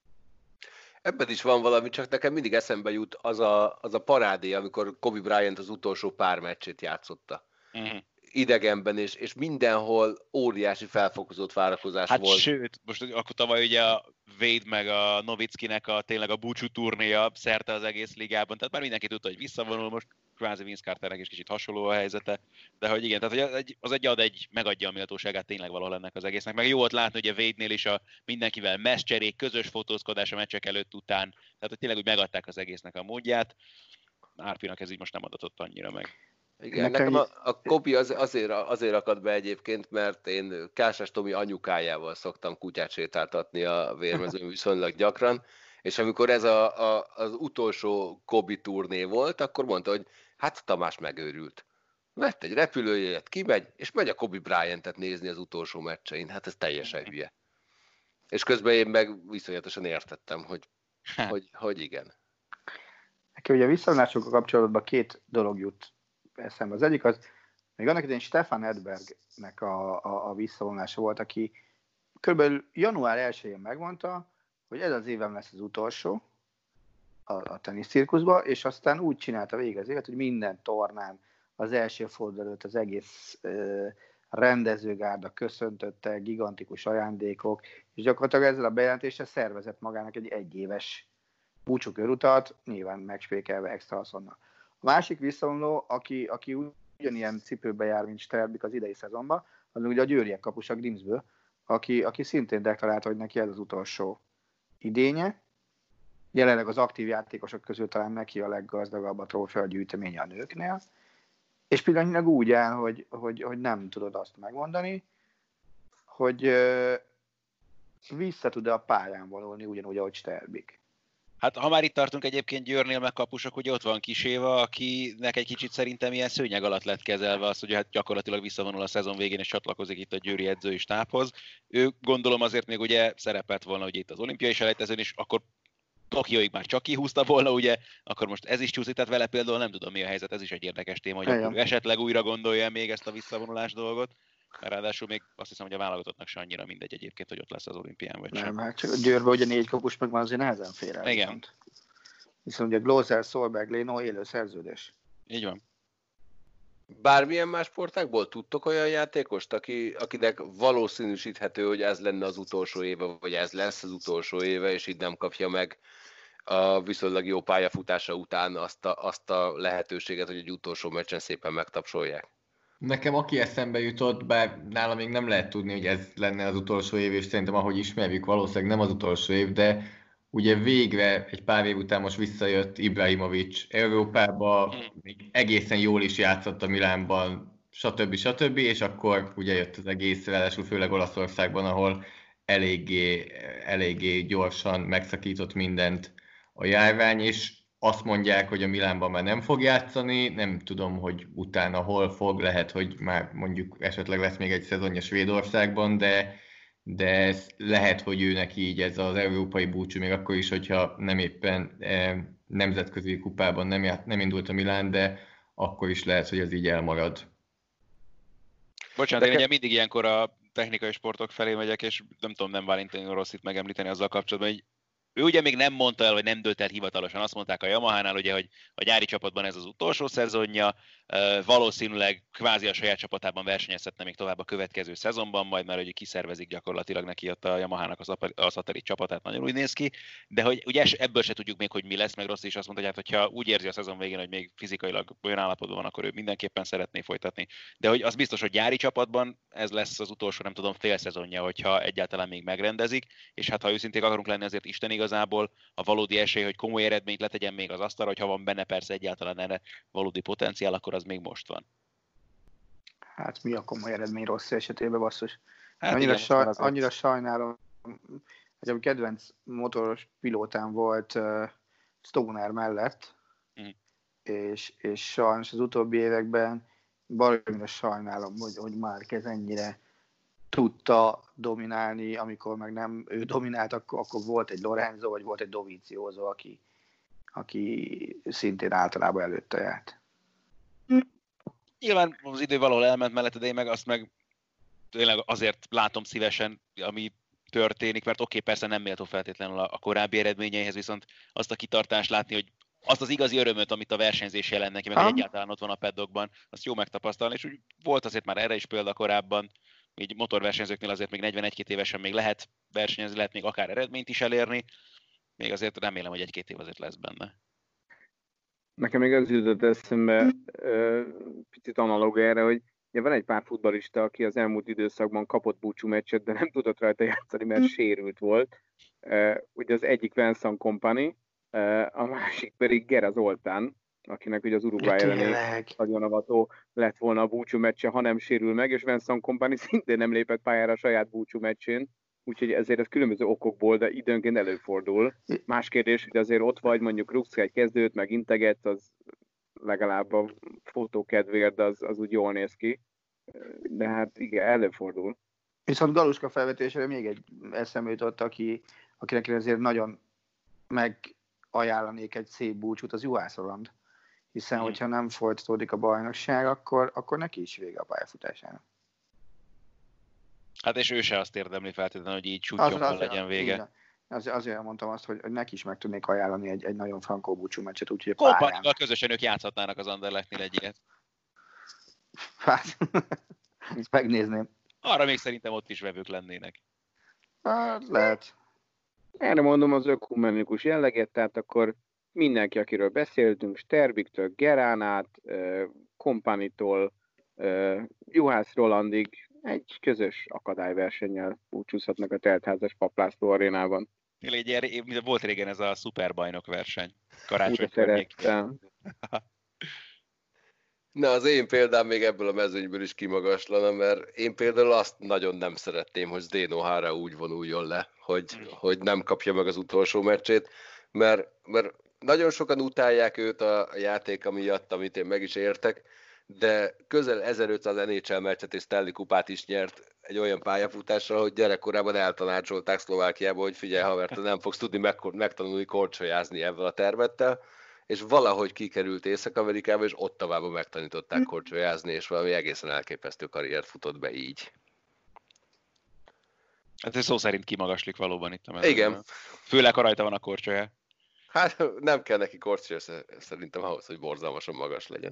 Ebben is van valami, csak nekem mindig eszembe jut az a parádé, amikor Kobe Bryant az utolsó pár meccsét játszotta. Idegenben, és mindenhol óriási felfokozott várakozás volt. Sőt, most akkor tavaly ugye a Wade meg a Novickinek tényleg a búcsú turnéja szerte az egész ligában, tehát már mindenki tudta, hogy visszavonul, most kvázi Vince Carternek is kicsit hasonló a helyzete, de hogy igen, tehát hogy az megadja a méltóságát tényleg valahol ennek az egésznek. Meg jó volt látni, hogy a Wade-nél is a mindenkivel messzcserék, közös fotózkodás a meccsek előtt után, tehát hogy tényleg úgy megadták az egésznek a módját. Árpinak ez így most nem adatott annyira meg. Igen, nekem a Kobe azért akad be egyébként, mert én Kásás Tomi anyukájával szoktam kutyát sétáltatni a Vérmezőn viszonylag gyakran, és amikor ez az utolsó Kobe turné volt, akkor mondta, hogy hát Tamás megőrült. Vett egy repülőjegyet, kimegy, és megy a Kobe Bryantet nézni az utolsó meccsein. Hát ez teljesen hülye. És közben én meg viszonyatosan értettem, hogy igen. Nekem ugye a visszavonulásokkal kapcsolatban két dolog jut eszembe. Az egyik az, még annak idején Stefan Edbergnek a visszavonulása volt, aki kb. Január 1-én megmondta, hogy ez az évem lesz az utolsó a teniszcirkuszban, és aztán úgy csinálta végig az évet, hogy minden tornán az első forduló előtt az egész rendezőgárda köszöntötte, gigantikus ajándékok, és gyakorlatilag ezzel a bejelentéssel szervezett magának egy egyéves búcsúkörutat, nyilván megspékelve extra haszonnal. A másik visszavonuló, aki ugyanilyen cipőbe jár, mint Sterbik az idei szezonban, az ugye a győriek kapusa Grimsből, aki szintén deklarálta, hogy neki ez az utolsó idénye. Jelenleg az aktív játékosok közül talán neki a leggazdagabb a trófea gyűjteménye a nőknél, és pillanatnyilag úgy áll, hogy nem tudod azt megmondani, hogy vissza tud-e a pályán vonulni ugyanúgy, ahogy Sterbik. Hát ha már itt tartunk egyébként Győrnél meg kapusok, hogy ott van Kis Éva, akinek egy kicsit szerintem ilyen szőnyeg alatt lett kezelve az, hogy hát gyakorlatilag visszavonul a szezon végén és csatlakozik itt a győri edzői stábhoz. Ő gondolom azért még ugye szerepelt volna ugye itt az olimpiai selejtezőn is, akkor Tokióig már csak kihúzta volna, ugye, akkor most ez is csúszik, tehát vele például nem tudom mi a helyzet, ez is egy érdekes téma, hogy akkor esetleg újra gondolja még ezt a visszavonulás dolgot. Ráadásul még azt hiszem, hogy a válogatottnak se annyira mindegy egyébként, hogy ott lesz az olimpián, vagy sem. Nem, hát csak Győrben ugye 4 kapus meg van, azért nehezen fér el. Igen. Viszont ugye Glózer, Szolberg, Léno élő szerződés. Így van. Bármilyen más sportágból tudtok olyan játékost, akinek valószínűsíthető, hogy ez lenne az utolsó éve, vagy ez lesz az utolsó éve, és így nem kapja meg a viszonylag jó pályafutása után azt a lehetőséget, hogy egy utolsó meccsen szépen megtapsolják? Nekem aki eszembe jutott, bár nála még nem lehet tudni, hogy ez lenne az utolsó év, és szerintem ahogy ismerjük, valószínűleg nem az utolsó év, de ugye végre egy pár év után most visszajött Ibrahimović Európába, még egészen jól is játszott a Milánban, stb. És akkor ugye jött az egész, ráadásul főleg Olaszországban, ahol eléggé gyorsan megszakított mindent a járvány, és azt mondják, hogy a Milánban már nem fog játszani, nem tudom, hogy utána hol fog, lehet, hogy már mondjuk esetleg lesz még egy szezonja Svédországban, de lehet, hogy ő neki így ez az európai búcsú, még akkor is, hogyha nem éppen nemzetközi kupában nem indult a Milán, de akkor is lehet, hogy ez így elmarad. Bocsánat, én ugye mindig ilyenkor a technikai sportok felé megyek, és nem tudom, nem Valentino Rossit megemlíteni azzal kapcsolatban, hogy ő ugye még nem mondta el, vagy nem dölt el hivatalosan. Azt mondták a Yamahánál, ugye, hogy a gyári csapatban ez az utolsó szezonja, valószínűleg kvázi a saját csapatában versenyezhetne még tovább a következő szezonban, majd már ugye kiszervezik gyakorlatilag neki ott a Yamahának a szatellit csapatát, nagyon úgy néz ki, de hogy ugye ebből se tudjuk még, hogy mi lesz, meg Rossi is azt mondta, hogy hát, hogyha úgy érzi a szezon végén, hogy még fizikailag olyan állapotban van, akkor ő mindenképpen szeretné folytatni. De hogy az biztos, hogy gyári csapatban ez lesz az utolsó, nem tudom, fél szezonja, hogyha egyáltalán még megrendezik, és hát ha őszintén akarunk lenni, azért Isten igazából a valódi esély, hogy komoly eredményt letegyen még az asztalra, hogyha van benne persze egyáltalán erre valódi potenciál, akkor az még most van. Hát mi a komoly eredmény Rossi esetében, basszus? Hát annyira sajnálom, hogy a kedvenc motoros pilótám volt Stoner mellett, és sajnos az utóbbi években baromira sajnálom, hogy Márquez ennyire tudta dominálni, amikor meg nem ő dominált, akkor volt egy Lorenzo, vagy volt egy Dovizioso, aki szintén általában előtte járt. Nyilván az idő valahol elment mellette, de én meg azt meg tényleg azért látom szívesen, ami történik, mert oké, persze nem méltó feltétlenül a korábbi eredményeihez, viszont azt a kitartást látni, hogy azt az igazi örömöt, amit a versenyzés jelent neki, meg hogy egyáltalán ott van a paddockban, azt jó megtapasztalni, és úgy volt azért már erre is példa korábban, így motorversenyzőknél azért még 41-2 évesen még lehet versenyezni, lehet még akár eredményt is elérni, még azért remélem, hogy 1-2 év azért lesz benne. Nekem még az jutott eszembe picit analóg erre, hogy ugye van egy pár futballista, aki az elmúlt időszakban kapott búcsú meccset, de nem tudott rajta játszani, mert sérült volt. Ugye az egyik Vincent Kompany, a másik pedig Gera Zoltán, akinek ugye az Uruguay elleni nagyon avató lett volna a búcsú meccse, ha nem sérül meg, és Vincent Kompany szintén nem lépett pályára a saját búcsú meccsén, úgyhogy ezért ez különböző okokból, de időnként előfordul. Más kérdés, hogy azért ott vagy, mondjuk rúgsz egy kezdőt, meg integetsz, az legalább a fotó kedvéért az úgy jól néz ki. De hát igen, előfordul. Viszont Galuska felvetésére még egy eszembe jutott, akinek azért nagyon megajánlanék egy szép búcsút, az Juhász Roland. Hiszen, hogyha nem folytatódik a bajnokság, akkor neki is vége a pályafutásának. Hát és ő se azt érdemli feltétlenül, hogy így csútyommal legyen vége. Igen. Azért mondtam azt, hogy neki is meg tudnék ajánlani egy nagyon frankó búcsú meccset, úgyhogy Kompanyval közösen ők játszhatnának az Anderlechtnél egy ilyet. Hát, ezt megnézném. Arra még szerintem ott is vevők lennének. Hát, lehet. Erre mondom az ökumenikus jelleget, tehát akkor mindenki, akiről beszéltünk, Sterbiktől, Geránát, Kompanytól, Juhász Rolandig egy közös akadályversennyel búcsúzhatnak a teltházas Paplászló arénában. Volt régen ez a szuperbajnok verseny. Karácsony környékén. Na, az én példám még ebből a mezőnyből is kimagaslana, mert én például azt nagyon nem szeretném, hogy Zdeno Hara úgy vonuljon le, hogy nem kapja meg az utolsó meccsét, mert nagyon sokan utálják őt a játéka miatt, amit én meg is értek, de közel 1500 NHL meccset és Stanley kupát is nyert egy olyan pályafutással, hogy gyerekkorában eltanácsolták Szlovákiába, hogy figyelj haver, te nem fogsz tudni megtanulni korcsolyázni ezzel a tervettel, és valahogy kikerült Észak-Amerikába, és ott tovább megtanították korcsolyázni, és valami egészen elképesztő karriert futott be így. Hát ez szó szerint kimagaslik valóban itt a mezőben. Igen. Főleg, ha rajta van a korcsolya. Hát nem kell neki korcsolya szerintem ahhoz, hogy borzalmasan magas legyen.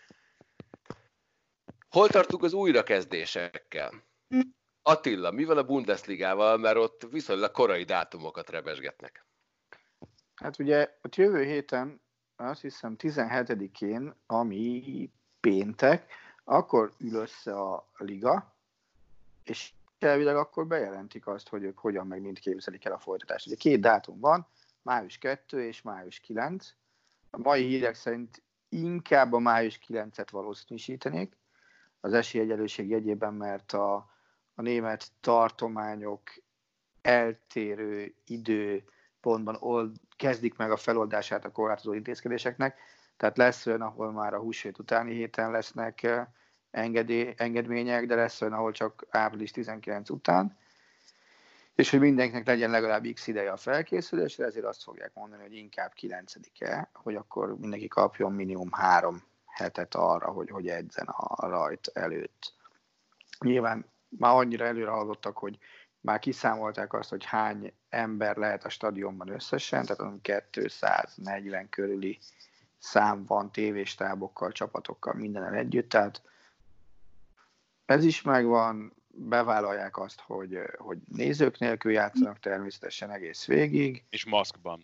Hol tartunk az újrakezdésekkel? Attila, mi van a Bundesligával, mert ott viszonylag korai dátumokat rebesgetnek? Hát ugye ott jövő héten, azt hiszem 17-én, ami péntek, akkor ül össze a liga, és elvileg akkor bejelentik azt, hogy ők hogyan meg mind képzelik el a folytatást. Ugye 2 dátum van, május 2 és május 9. A mai hírek szerint inkább a május 9-et valószínűsítenék, az esélyegyenlőség jegyében, mert a német tartományok eltérő időpontban kezdik meg a feloldását a korlátozó intézkedéseknek. Tehát lesz olyan, ahol már a húsvét utáni héten lesznek engedmények, de lesz olyan, ahol csak április 19 után. És hogy mindenkinek legyen legalább x ideje a felkészülésre, ezért azt fogják mondani, hogy inkább 9-e, hogy akkor mindenki kapjon minimum 3 hetet arra, hogy edzen a rajt előtt. Nyilván már annyira előre haladottak, hogy már kiszámolták azt, hogy hány ember lehet a stadionban összesen, tehát 240 körüli szám van tévéstábokkal, csapatokkal, mindennel együtt, tehát ez is megvan, bevállalják azt, hogy nézők nélkül játszanak természetesen egész végig. És maszkban.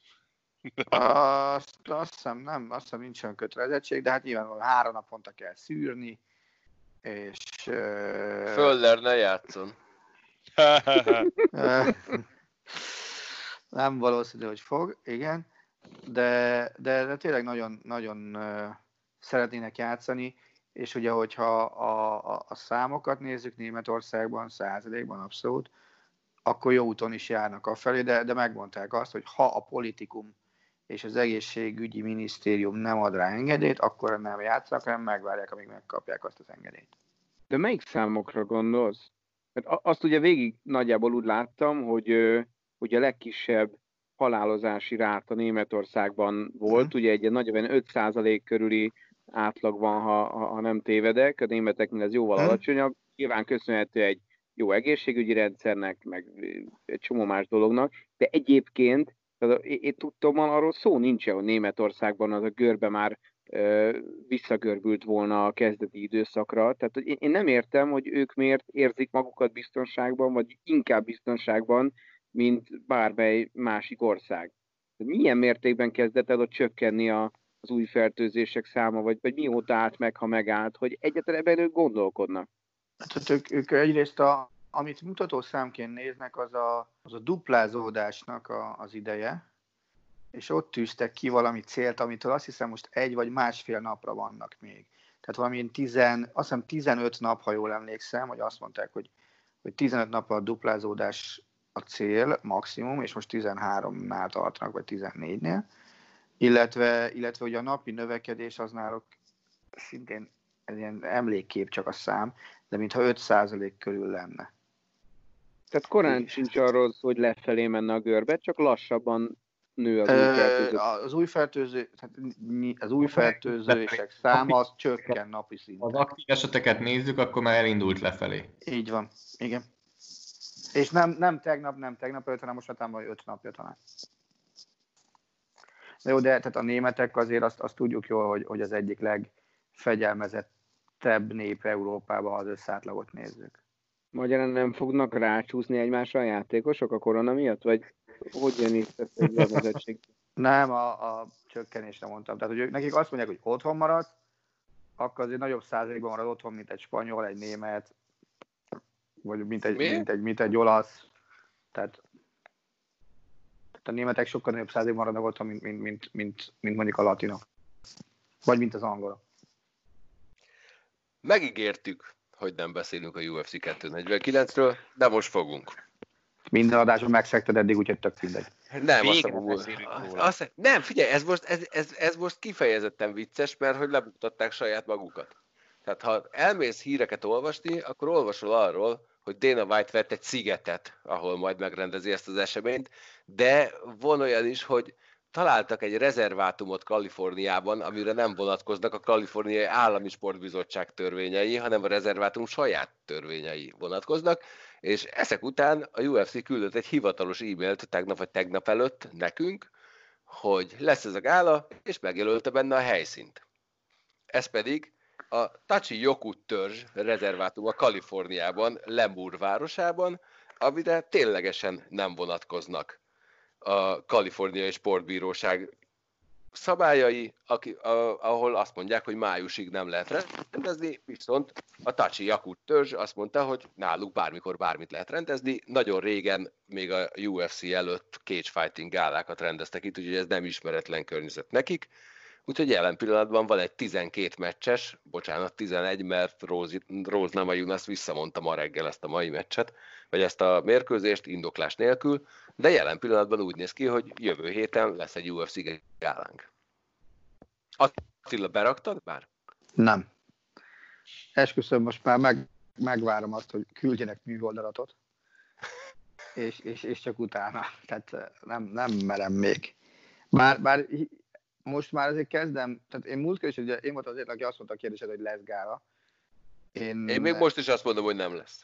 Azt hiszem nincs olyan kötelezettség, de hát nyilván 3 naponta kell szűrni, és... Föller ne játszon. Nem valószínű, hogy fog, igen, de tényleg nagyon, nagyon szeretnének játszani, és ugye, hogyha a számokat nézzük Németországban, százalékban abszolút, akkor jó úton is járnak afelé, de megmondták azt, hogy ha a politikum és az egészségügyi minisztérium nem ad rá engedélyt, akkor nem játszanak, hanem megvárják, amíg megkapják azt az engedélyt. De melyik számokra gondolsz? Mert azt ugye végig nagyjából úgy láttam, hogy a legkisebb halálozási ráta Németországban volt, ugye egy nagyjából 5% körüli átlag van, ha nem tévedek, a németeknél ez jóval alacsonyabb, nyilván köszönhető egy jó egészségügyi rendszernek, meg egy csomó más dolognak, de egyébként, én tudtam, arról szó nincsen, hogy Németországban az a görbe már visszagörbült volna a kezdeti időszakra, tehát én nem értem, hogy ők miért érzik magukat biztonságban, vagy inkább biztonságban, mint bármely másik ország. Milyen mértékben kezdett el ott csökkenni az új fertőzések száma, vagy mióta állt meg, ha megállt, hogy egyáltalán ebben ők gondolkodnak? Hát ők egyrészt, amit mutatószámként néznek, az a duplázódásnak az ideje, és ott tűztek ki valami célt, amitől azt hiszem most 1 vagy másfél napra vannak még. Tehát valami azt hiszem 15 nap, ha jól emlékszem, hogy azt mondták, hogy 15 nap a duplázódás a cél, maximum, és most 13-nál tartanak, vagy 14-nél. Illetve hogy a napi növekedés az náluk szintén ez ilyen emlékkép csak a szám, de mintha 5% körül lenne. Tehát korán sincs arról, hogy lefelé menne a görbe, csak lassabban nő az új fertőző. Az új fertőzések száma az csökken napi szinten. Az aktív eseteket nézzük, akkor már elindult lefelé. Így van, igen. És nem tegnap előtt, hanem most már 5 napja talán. De jó, de tehát a németek azért azt tudjuk jól, hogy az egyik legfegyelmezettebb nép Európában, ha az összátlagot nézzük. Magyarán nem fognak rácsúszni egymásra a játékosok a korona miatt? Vagy hogy jön itt ezt egy vezettség? Nem, a csökkenésre mondtam. Tehát, hogy nekik azt mondják, hogy otthon maradsz, akkor azért nagyobb százalékban marad otthon, mint egy spanyol, egy német, vagy mint egy olasz. Tehát a németek sokkal nagyobb százalékban maradnak otthon, mint mondjuk a latinok. Vagy mint az angolok. Megígértük, hogy nem beszélünk a UFC 249-ről, de most fogunk. Minden adásban megszegted eddig, úgyhogy tök mindegy. Nem, figyelj, ez most kifejezetten vicces, mert hogy lebuktatták saját magukat. Tehát ha elmész híreket olvasni, akkor olvasol arról, hogy Dana White vett egy szigetet, ahol majd megrendezi ezt az eseményt, de van olyan is, hogy találtak egy rezervátumot Kaliforniában, amire nem vonatkoznak a Kaliforniai Állami Sportbizottság törvényei, hanem a rezervátum saját törvényei vonatkoznak, és ezek után a UFC küldött egy hivatalos e-mailt tegnap vagy tegnap előtt nekünk, hogy lesz ez a gála, és megjelölte benne a helyszínt. Ez pedig a Tachi-Yoku törzs rezervátuma Kaliforniában, Lemur városában, amire ténylegesen nem vonatkoznak a Kaliforniai Sportbíróság szabályai, ahol azt mondják, hogy májusig nem lehet rendezni, viszont a Tachi-Yoku törzs azt mondta, hogy náluk bármikor bármit lehet rendezni. Nagyon régen, még a UFC előtt cage fighting gálákat rendeztek itt, úgyhogy ez nem ismeretlen környezet nekik. Úgyhogy jelen pillanatban van egy 12 meccses, 11, mert Rose Namajunas visszamondta ma reggel ezt a mai meccset, vagy ezt a mérkőzést indoklás nélkül, de jelen pillanatban úgy néz ki, hogy jövő héten lesz egy UFC gálánk. Attila, beraktad már? Nem. Esküszöm, most már megvárom azt, hogy küldjenek műholdalatot, és csak utána. Tehát nem merem még. Bár most már azért kezdem, tehát én múltkor is, ugye én voltam azért, aki azt mondta a kérdésed, hogy lesz gála. Én még most is azt mondom, hogy nem lesz.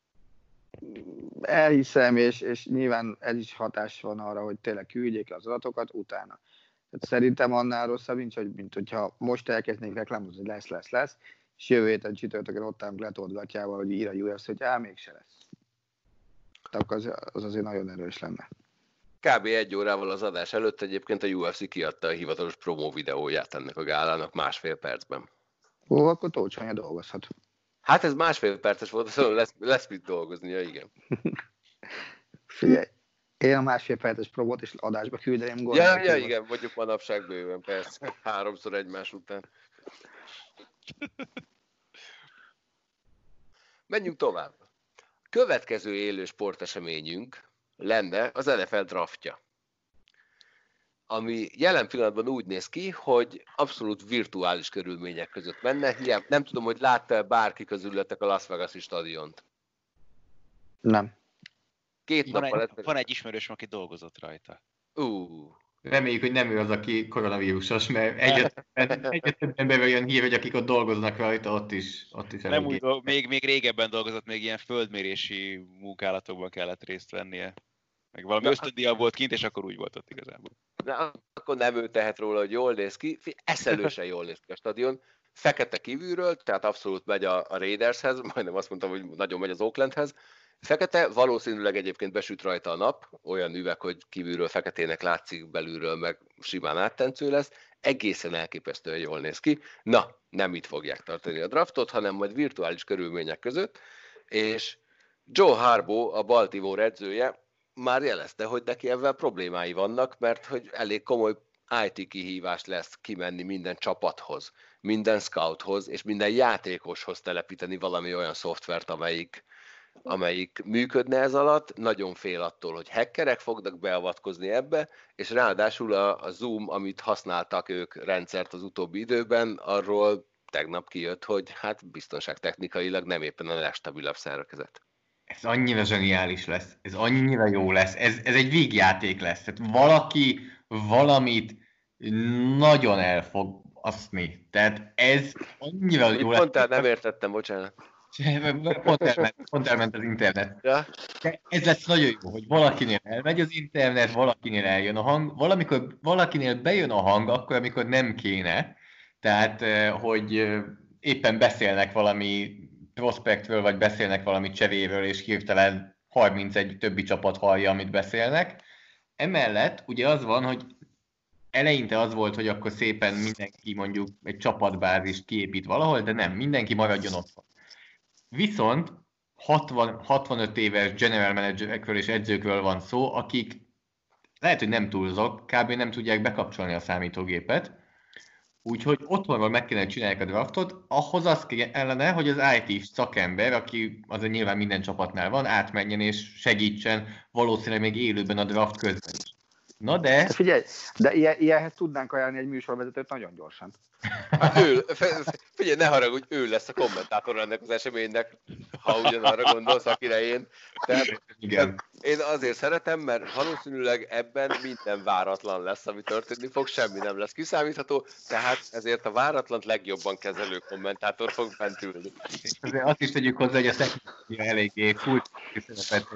Elhiszem, és nyilván ez is hatás van arra, hogy tényleg küldjék az adatokat utána. Tehát szerintem annál rosszabb nincs, mint hogyha most elkezdenék reklámozni, hogy lesz, és jövő héten csütörtökön ott állunk letoldgatjával, hogy ír a UFC, hogy mégse lesz. Tehát az azért nagyon erős lenne. Kb. 1 órával az adás előtt egyébként a UFC kiadta a hivatalos promó videóját ennek a gálának 1,5 percben. Ó, akkor Tóth Sanya dolgozhat. Hát ez 1,5 perces volt, szóval lesz mit dolgoznia, igen. Figyelj, én a 1,5 perces promót is adásba küldeném gondolni. Ja, igen, mondjuk manapság bőven, persze. 3-szor egymás után. Menjünk tovább. Következő élő sporteseményünk lenne az NFL draftja, ami jelen pillanatban úgy néz ki, hogy abszolút virtuális körülmények között menne. Nem tudom, hogy látta bárki közületek a Las Vegas-i stadiont. Nem. Van egy ismerős, aki dolgozott rajta. Reméljük, hogy nem ő az, aki koronavírusos, mert egyetlen bejön hír, hogy akik ott dolgoznak rajta, ott is nem úgy, még régebben dolgozott, még ilyen földmérési munkálatokban kellett részt vennie. Meg valami ösztöndíjjal volt kint, és akkor úgy volt ott igazából. Na, akkor nem ő tehet róla, hogy jól néz ki. Eszelősen jól néz ki a stadion. Fekete kívülről, tehát abszolút megy a Raidershez, majdnem azt mondtam, hogy nagyon megy az Oaklandhez. Fekete, valószínűleg egyébként besüt rajta a nap, olyan üveg, hogy kívülről feketének látszik, belülről meg simán áttencő lesz. Egészen elképesztően jól néz ki. Na, nem itt fogják tartani a draftot, hanem majd virtuális körülmények között, és Joe Harbaugh, a Baltimore edzője, már jelezte, hogy neki ebben problémái vannak, mert hogy elég komoly IT kihívás lesz kimenni minden csapathoz, minden scouthoz, és minden játékoshoz telepíteni valami olyan szoftvert, amelyik működne ez alatt. Nagyon fél attól, hogy hackerek fognak beavatkozni ebbe, és ráadásul a Zoom, amit használtak ők rendszert az utóbbi időben, arról tegnap kijött, hogy hát biztonságtechnikailag nem éppen a legstabilabb szerkezet. Ez annyira zseniális lesz, ez annyira jó lesz, ez egy vígjáték lesz. Tehát valaki valamit nagyon el fog aszni. Tehát ez annyira jó lesz. Mondtál, nem értettem, bocsánat. Pont elment az internet. Ja? De ez lesz nagyon jó, hogy valakinél elmegy az internet, valakinél eljön a hang, valamikor valakinél bejön a hang, akkor, amikor nem kéne. Tehát, hogy éppen beszélnek valami prospektről, vagy beszélnek valami cseréről, és hirtelen 31 többi csapat hallja, amit beszélnek. Emellett ugye az van, hogy eleinte az volt, hogy akkor szépen mindenki mondjuk egy csapatbázist kiépít valahol, de nem, mindenki maradjon otthon. Viszont 65 éves general managerekről és edzőkről van szó, akik lehet, hogy nem túlzok, kb. Nem tudják bekapcsolni a számítógépet, úgyhogy otthonról meg kéne csinálni a draftot, ahhoz az kellene, hogy az IT szakember, aki azért nyilván minden csapatnál van, átmenjen és segítsen valószínűleg még élőben a draft közben is. Na de... Figyelj, de ilyenhez tudnánk ajánlani egy műsorvezetőt nagyon gyorsan. Hát figyelj, ne haragudj, ő lesz a kommentátor ennek az eseménynek, ha ugyanarra gondolsz, akire én. Tehát, igen. Én azért szeretem, mert valószínűleg ebben minden váratlan lesz, ami történni fog, semmi nem lesz kiszámítható, tehát ezért a váratlant legjobban kezelő kommentátor fog bent ülni. És azért azt is tegyük hozzá, hogy a technika eléggé kult szerepet.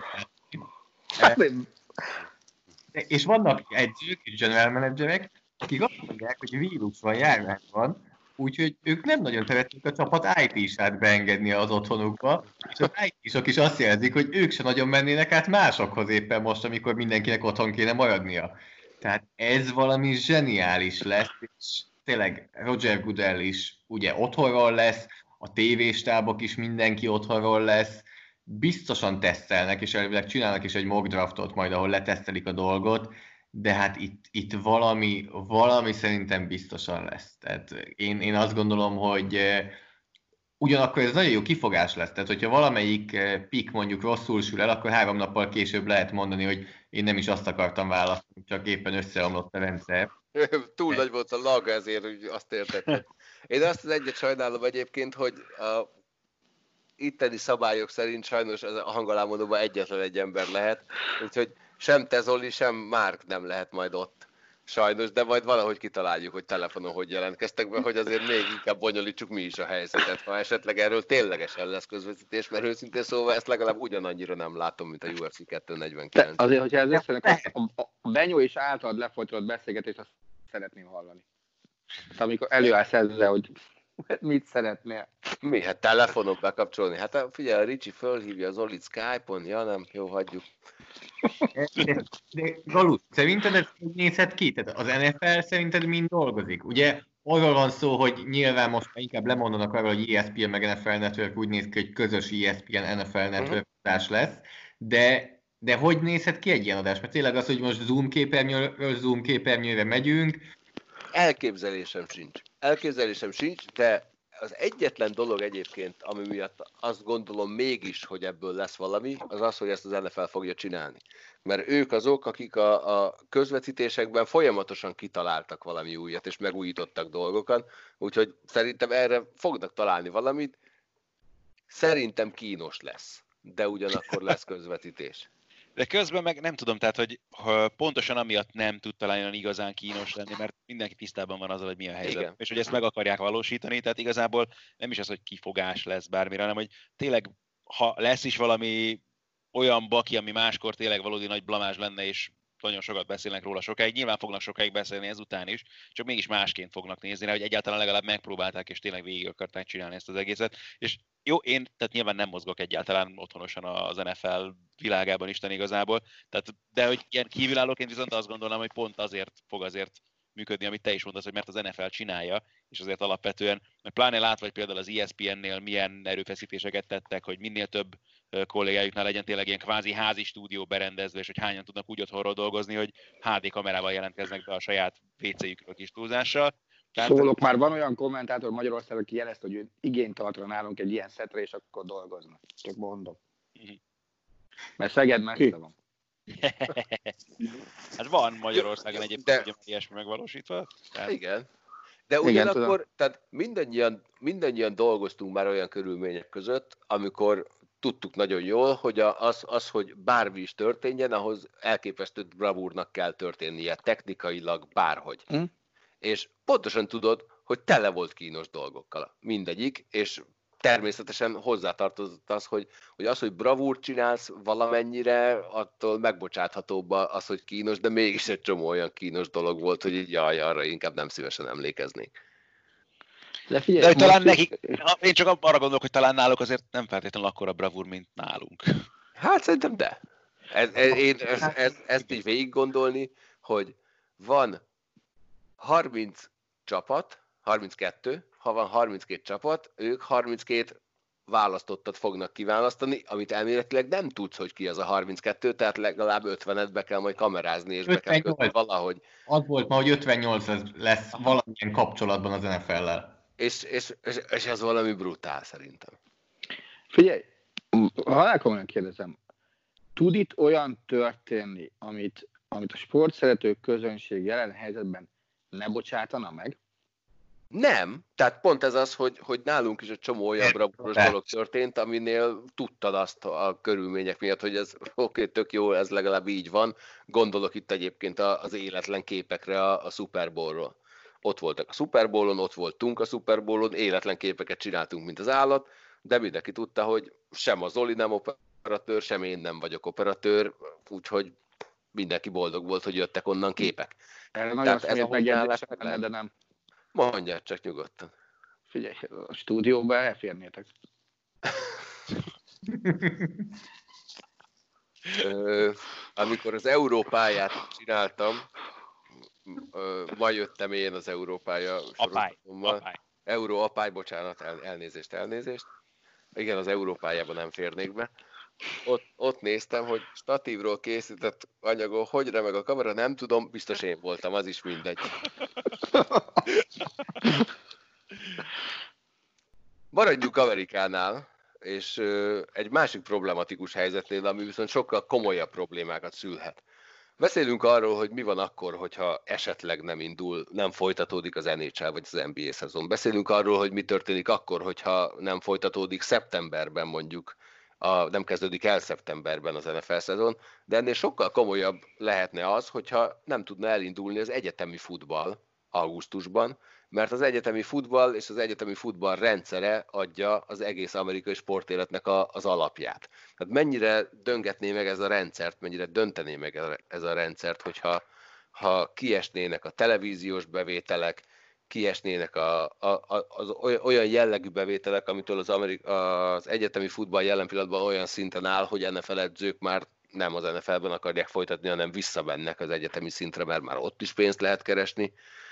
És vannak edzők és general managerek, akik azt mondják, hogy vírus van, járvány van, úgyhogy ők nem nagyon szeretnék a csapat IT-sát beengedni az otthonukba, és az IT-sok is azt jelzik, hogy ők se nagyon mennének át másokhoz éppen most, amikor mindenkinek otthon kéne maradnia. Tehát ez valami zseniális lesz, és tényleg Roger Goodell is ugye otthonról lesz, a tévéstábok is mindenki otthonról lesz, biztosan tesztelnek, és elvileg csinálnak is egy mock draftot majd, ahol letesztelik a dolgot, de hát itt valami szerintem biztosan lesz. Tehát én azt gondolom, hogy ugyanakkor ez nagyon jó kifogás lesz. Tehát, hogyha valamelyik pick mondjuk rosszul sül el, akkor 3 nappal később lehet mondani, hogy én nem is azt akartam választani, csak éppen összeomlott a rendszer. Túl nagy volt a lag, ezért hogy azt értettem. Én azt az egyet sajnálom egyébként, hogy a itteni szabályok szerint sajnos a hangalámodóban egyetlen egy ember lehet, úgyhogy sem te Zoli, sem Márk nem lehet majd ott. Sajnos, de majd valahogy kitaláljuk, hogy telefonon hogy jelentkeztek be, hogy azért még inkább bonyolítsuk mi is a helyzetet, ha esetleg erről ténylegesen lesz közvetítés, mert őszintén szóval ezt legalább ugyanannyira nem látom, mint a UFC 249. De azért, hogyha ez összejönnek, a Benyó és általad lefolytatott beszélgetést, azt szeretném hallani. Tehát amikor előállsz ezzel, hogy mit szeretnél? Mi? Hát telefonon bekapcsolni. Hát figyelj, a Ricsi fölhívja az Olit Skype-on, ja nem, jó, hagyjuk. De Galut, szerinted ez nézhet ki? Tehát az NFL szerinted mind dolgozik? Ugye arról van szó, hogy nyilván most már inkább lemondanak arról, hogy ESPN meg NFL Network úgy néz ki, hogy közös ESPN NFL Network adás lesz, de hogy nézhet ki egy ilyen adás? Mert tényleg az, hogy most Zoom képernyőre megyünk. Elképzelésem sincs, de az egyetlen dolog egyébként, ami miatt azt gondolom mégis, hogy ebből lesz valami, az az, hogy ezt az NFL fogja csinálni. Mert ők azok, akik a közvetítésekben folyamatosan kitaláltak valami újat, és megújítottak dolgokat, úgyhogy szerintem erre fognak találni valamit. Szerintem kínos lesz, de ugyanakkor lesz közvetítés. De közben meg nem tudom, tehát, hogy pontosan amiatt nem tud talán igazán kínos lenni, mert mindenki tisztában van azzal, hogy mi a helyzet. Igen. És hogy ezt meg akarják valósítani, tehát igazából nem is az, hogy kifogás lesz bármire, hanem hogy tényleg, ha lesz is valami olyan baki, ami máskor tényleg valódi nagy blamás lenne, és nagyon sokat beszélnek róla sokáig, nyilván fognak sokáig beszélni ezután is, csak mégis másként fognak nézni, hogy egyáltalán legalább megpróbálták, és tényleg végig akarták csinálni ezt az egészet. És jó, én tehát nyilván nem mozgok egyáltalán otthonosan az NFL világában Isten igazából, tehát, de hogy ilyen kívülállóként viszont azt gondolom, hogy pont azért fog működni, amit te is mondasz, hogy mert az NFL csinálja, és azért alapvetően, mert pláne látva, hogy például az ESPN-nél milyen erőfeszítéseket tettek, hogy minél több kollégájuknál legyen tényleg ilyen kvázi házi stúdió berendezve, és hogy hányan tudnak úgy otthonról dolgozni, hogy HD kamerával jelentkeznek be a saját WC-jükről kis túlzással. Szólok, már van olyan kommentátor Magyarországon, aki jelezte, hogy ő igényt tartana nálunk egy ilyen szetre, és akkor dolgoznak. Csak mondom. Mert Szeged messze van. Hát van Magyarországon egyébként ugye ilyesmi megvalósítva. Tehát... Igen. De ugyanakkor, tehát mindannyian dolgoztunk már olyan körülmények között, amikor tudtuk nagyon jól, hogy az, hogy bármi is történjen, ahhoz elképesztő bravúrnak kell történnie, technikailag bárhogy. És pontosan tudod, hogy tele volt kínos dolgokkal mindegyik, és természetesen hozzátartozott az, hogy bravúrt csinálsz valamennyire, attól megbocsáthatóbb az, hogy kínos, de mégis egy csomó olyan kínos dolog volt, hogy így jaj, arra inkább nem szívesen emlékeznék. De figyelj, de hogy talán nekik, én csak arra gondolok, hogy talán náluk azért nem feltétlenül akkora bravúr, mint nálunk. Hát szerintem de. Ezt így végig gondolni, hogy van 30 csapat, 32, ha van 32 csapat, ők 32 választottat fognak kiválasztani, amit elméletileg nem tudsz, hogy ki az a 32, tehát legalább 50-et be kell majd kamerázni, és 58. Be kell kötni valahogy. Az volt ma, hogy 58 lesz valamilyen kapcsolatban az NFL-lel. És ez valami brutál szerintem. Figyelj, halálkomolyan kérdezem, tud itt olyan történni, amit a sportszerető közönség jelen helyzetben ne bocsátana meg? Nem. Tehát pont ez az, hogy nálunk is egy csomó olyan bravúros dolog történt, aminél tudtad azt a körülmények miatt, hogy ez oké, tök jó, ez legalább így van. Gondolok itt egyébként az életlen képekre a Super Bowlról. Ott voltak a Super Bowlon, ott voltunk a Super Bowlon, életlen képeket csináltunk, mint az állat, de mindenki tudta, hogy sem a Zoli nem operatőr, sem én nem vagyok operatőr, úgyhogy mindenki boldog volt, hogy jöttek onnan képek. Erre nagyon személyt megjegyzések lenne, de nem. Mondjad csak nyugodtan. Figyelj, a stúdióba elférnétek. Amikor az Európáját csináltam, ma jöttem én az Európája sorozatommal. Euróapály, bocsánat, elnézést. Igen, az Európájában nem férnék be. Ott néztem, hogy statívról készített anyagon, hogy remeg a kamera, nem tudom, biztos én voltam, az is mindegy. Maradjuk Amerikánál, és egy másik problematikus helyzetnél, ami viszont sokkal komolyabb problémákat szülhet. Beszélünk arról, hogy mi van akkor, hogyha esetleg nem folytatódik az NHL vagy az NBA szezon. Beszélünk arról, hogy mi történik akkor, hogyha nem folytatódik szeptemberben mondjuk, nem kezdődik el szeptemberben az NFL szezon, de ennél sokkal komolyabb lehetne az, hogyha nem tudna elindulni az egyetemi futball augusztusban, mert az egyetemi futball és az egyetemi futball rendszere adja az egész amerikai sportéletnek az alapját. Tehát mennyire döngetné meg ez a rendszert, mennyire döntené meg ez a rendszert, hogyha kiesnének a televíziós bevételek, kiesnének az olyan jellegű bevételek, amitől az egyetemi futball jelen pillanatban olyan szinten áll, hogy NFL edzők már nem az NFL-ben akarják folytatni, hanem visszamennek az egyetemi szintre, mert már ott is pénzt lehet keresni.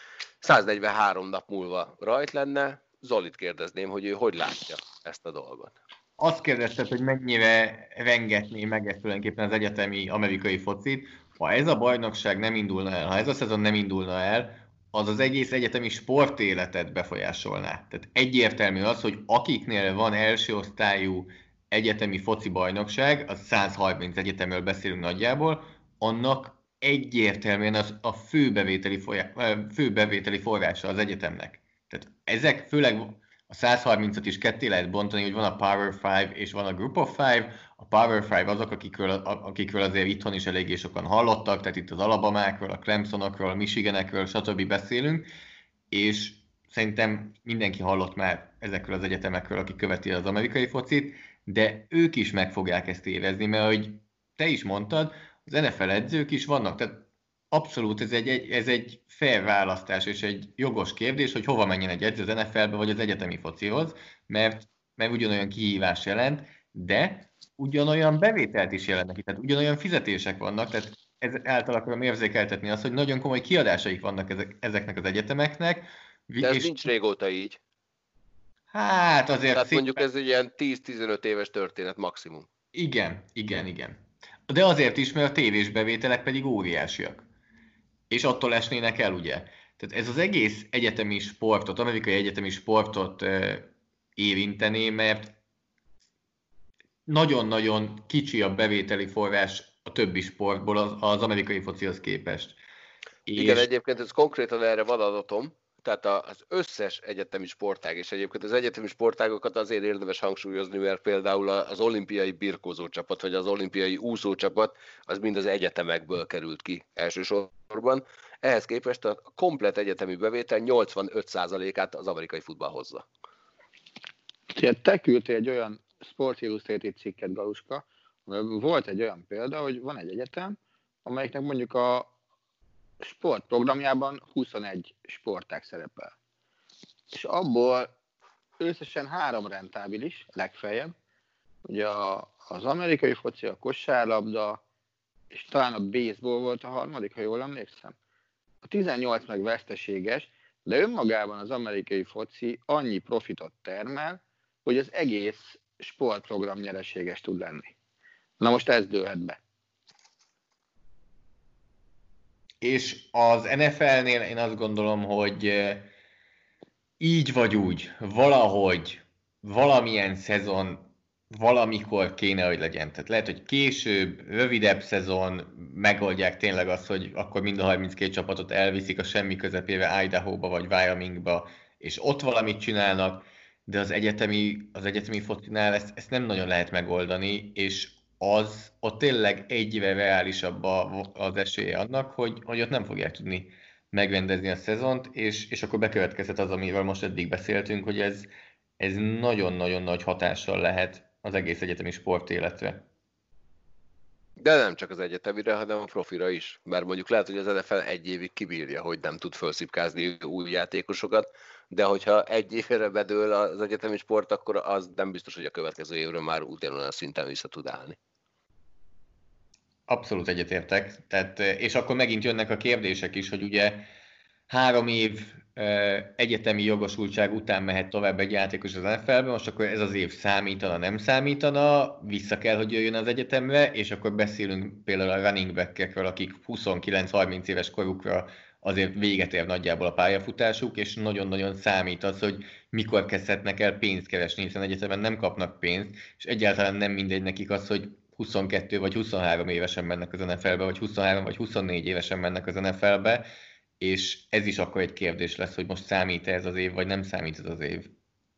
143 nap múlva rajt lenne. Zolit kérdezném, hogy ő hogy látja ezt a dolgot. Azt kérdezted, hogy mennyire rengetné meg ezt tulajdonképpen az egyetemi amerikai focit. Ha ez a bajnokság nem indulna el, ha ez a szezon nem indulna el, az az egész egyetemi sportéletet befolyásolná. Tehát egyértelmű az, hogy akiknél van első osztályú egyetemi foci bajnokság, az 130 egyetemről beszélünk nagyjából, annak egyértelműen az a fő bevételi forrása az egyetemnek. Tehát ezek főleg a 130-at is ketté lehet bontani, hogy van a Power 5 és van a Group of 5. A Power 5 azok, akikről azért itthon is eléggé sokan hallottak, tehát itt az Alabamákról, a Clemsonokról, a Michiganekről, stb. Beszélünk, és szerintem mindenki hallott már ezekről az egyetemekről, akik követi az amerikai focit, de ők is meg fogják ezt érezni, mert ahogy te is mondtad, az NFL edzők is vannak, tehát abszolút ez egy fair választás és egy jogos kérdés, hogy hova menjen egy edző az NFL-be vagy az egyetemi focihoz, mert ugyanolyan kihívás jelent, de ugyanolyan bevételt is jelent neki, tehát ugyanolyan fizetések vannak, tehát ez által akarom érzékeltetni azt, hogy nagyon komoly kiadásaik vannak ezeknek az egyetemeknek. De ez nincs régóta így. Hát azért... Tehát mondjuk ez egy ilyen 10-15 éves történet maximum. Igen. De azért is, mert a tévés bevételek pedig óriásiak. És attól esnének el, ugye? Tehát ez az egész egyetemi sportot, amerikai egyetemi sportot érintené, mert nagyon-nagyon kicsi a bevételi forrás a többi sportból az amerikai focihoz képest. Igen, egyébként ez konkrétan erre van adatom, tehát az összes egyetemi sportág, és egyébként az egyetemi sportágokat azért érdemes hangsúlyozni, mert például az olimpiai birkózó csapat, vagy az olimpiai úszó csapat, az mind az egyetemekből került ki elsősorban. Ehhez képest a komplet egyetemi bevétel 85%-át az amerikai futball hozza. Te küldtél egy olyan Sport Illustrated cikket, Galuska, volt egy olyan példa, hogy van egy egyetem, amelyiknek mondjuk a sportprogramjában 21 sportág szerepel. És abból összesen 3 rentábilis, legfeljebb. Ugye az amerikai foci, a kosárlabda, és talán a baseball volt a harmadik, ha jól emlékszem. A 18 meg veszteséges, de önmagában az amerikai foci annyi profitot termel, hogy az egész sportprogram nyereséges tud lenni. Na most ez dőlhet be. És az NFL-nél én azt gondolom, hogy így vagy úgy, valahogy, valamilyen szezon valamikor kéne, hogy legyen. Tehát lehet, hogy később, rövidebb szezon megoldják tényleg azt, hogy akkor mind a 32 csapatot elviszik a semmi közepébe Idaho-ba vagy Wyomingba, és ott valamit csinálnak, de az egyetemi focinál ezt nem nagyon lehet megoldani, és ott tényleg egyre reálisabb az esélye annak, hogy ott nem fogják tudni megrendezni a szezont, és akkor bekövetkezhet az, amiről most eddig beszéltünk, hogy ez nagyon-nagyon nagy hatással lehet az egész egyetemi sportéletre. De nem csak az egyetemire, hanem a profira is. Mert mondjuk lehet, hogy az NFL egy évig kibírja, hogy nem tud felszipkázni új játékosokat, de hogyha egy évre bedől az egyetemi sport, akkor az nem biztos, hogy a következő évre már ugyanolyan szinten vissza tud állni. Abszolút egyetértek. És akkor megint jönnek a kérdések is, hogy ugye 3 év egyetemi jogosultság után mehet tovább egy játékos az NFL-be, most akkor ez az év számítana, nem számítana, vissza kell, hogy jöjjön az egyetemre, és akkor beszélünk például a running back-ekről, akik 29-30 éves korukra azért véget ér nagyjából a pályafutásuk, és nagyon-nagyon számít az, hogy mikor kezdhetnek el pénzt keresni, hiszen egyetemen nem kapnak pénzt, és egyáltalán nem mindegy nekik az, hogy 22 vagy 23 évesen mennek az NFL-be, vagy 23 vagy 24 évesen mennek az NFL-be, és ez is akkor egy kérdés lesz, hogy most számít ez az év, vagy nem számít ez az év.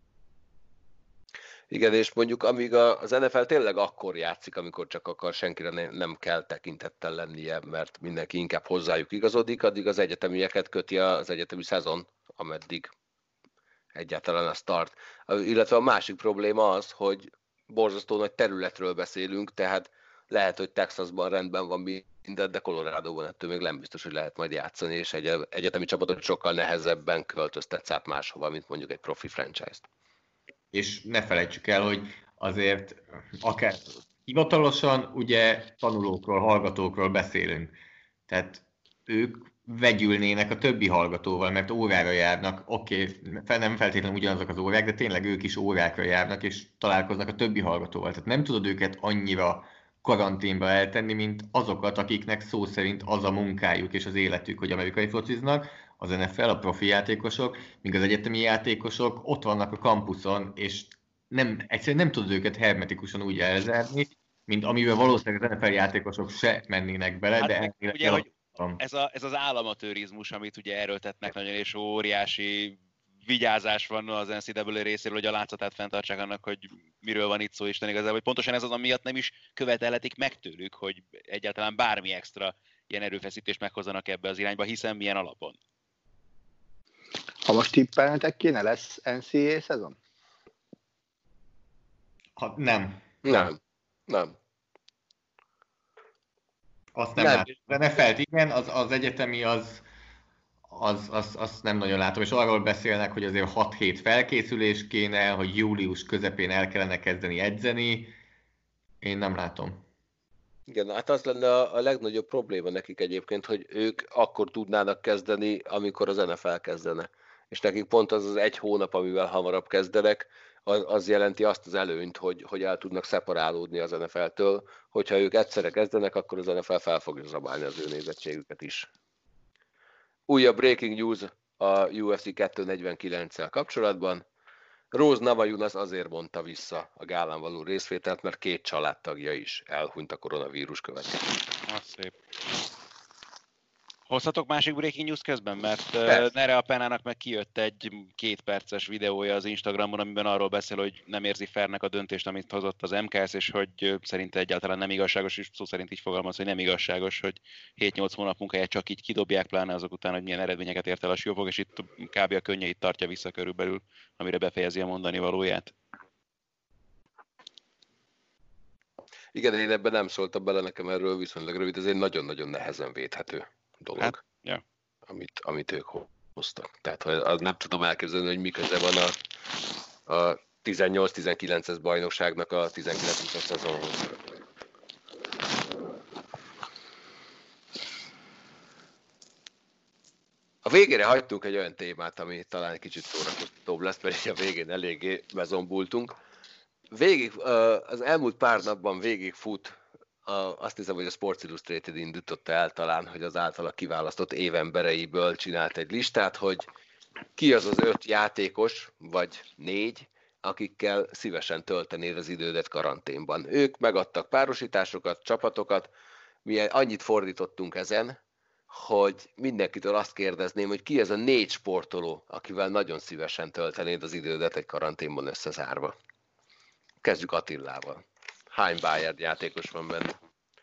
Igen, és mondjuk amíg az NFL tényleg akkor játszik, amikor csak akar, senkire nem kell tekintettel lennie, mert mindenki inkább hozzájuk igazodik, addig az egyetemieket köti az egyetemi szezon, ameddig egyáltalán a start. Illetve a másik probléma az, hogy borzasztó nagy területről beszélünk, tehát lehet, hogy Texasban rendben van minden, de Coloradóban ettől még nem biztos, hogy lehet majd játszani, és egy egyetemi csapatot sokkal nehezebben költöztetsz át máshova, mint mondjuk egy profi franchise-t. És ne felejtsük el, hogy azért akár hivatalosan ugye tanulókról, hallgatókról beszélünk. Tehát ők vegyülnének a többi hallgatóval, mert órára járnak, oké, nem feltétlenül ugyanazok az órák, de tényleg ők is órákra járnak, és találkoznak a többi hallgatóval. Tehát nem tudod őket annyira karanténba eltenni, mint azokat, akiknek szó szerint az a munkájuk és az életük, hogy amerikai fociznak, az NFL, a profi játékosok, míg az egyetemi játékosok ott vannak a kampuszon, és egyszerűen nem tudod őket hermetikusan úgy elzárni, mint amivel valószínűleg az NFL játékosok se mennének bele, hát de ugye, hogy ez az államatőrizmus, amit ugye erőltetnek nagyon, és óriási vigyázás van az NCAA részéről, hogy a látszatát fenntartsák annak, hogy miről van itt szó Isten igazából, hogy pontosan ez az, amiatt nem is követelhetik meg tőlük, hogy egyáltalán bármi extra ilyen erőfeszítést meghozzanak ebbe az irányba, hiszen milyen alapon. Ha most tippelnetek kéne, lesz NCAA szezon? Nem. Azt nem látom. De ne felt, igen, az egyetemi azt nem nagyon látom, és arról beszélnek, hogy azért 6 hét felkészülés kéne, hogy július közepén el kellene kezdeni edzeni. Én nem látom. Igen, hát az lenne a legnagyobb probléma nekik egyébként, hogy ők akkor tudnának kezdeni, amikor az NFL kezdene. És nekik pont az egy hónap, amivel hamarabb kezdenek, az jelenti azt az előnyt, hogy el tudnak szeparálódni az NFL-től. Hogyha ők egyszerre kezdenek, akkor az NFL fel fogja zabálni az ő nézettségüket is. Újabb breaking news a UFC 249-szel kapcsolatban. Rose Namajunas azért mondta vissza a gálán való részvételt, mert 2 családtagja is elhunyt a koronavírus következtében. Az szép. Hozhatok másik breaking news közben? Mert Nere a Penának meg kijött egy 2 perces videója az Instagramon, amiben arról beszél, hogy nem érzi fairnek a döntést, amit hozott az MKS, és hogy szerinte egyáltalán nem igazságos, és szó szerint így fogalmaz, hogy nem igazságos, hogy 7-8 hónap munkáját csak így kidobják, pláne azok után, hogy milyen eredményeket ért el a Siófok, és itt kb. A könnyeit tartja vissza körülbelül, amire befejezi a mondani valóját. Igen, én ebben nem szóltam bele, nekem erről viszonylag rövid, ez egy nagyon-nagyon nehezen védhető dolog, hát, ja. amit ők hoztak. Tehát az nem tudom elképzelni, hogy mi köze van a 18-19-es bajnokságnak a 19-es szezonhoz. A végére hagytunk egy olyan témát, ami talán egy kicsit szórakoztatóbb lesz, mert a végén eléggé bezombultunk. Az elmúlt pár napban végigfut, azt hiszem, hogy a Sports Illustrated indította el talán, hogy az általa kiválasztott évembereiből csinált egy listát, hogy ki az 5 játékos, vagy 4, akikkel szívesen töltenéd az idődet karanténban. Ők megadtak párosításokat, csapatokat, mi annyit fordítottunk ezen, hogy mindenkitől azt kérdezném, hogy ki ez a 4 sportoló, akivel nagyon szívesen töltenéd az idődet egy karanténban összezárva. Kezdjük Attilával. Hány Bayern játékos van benne?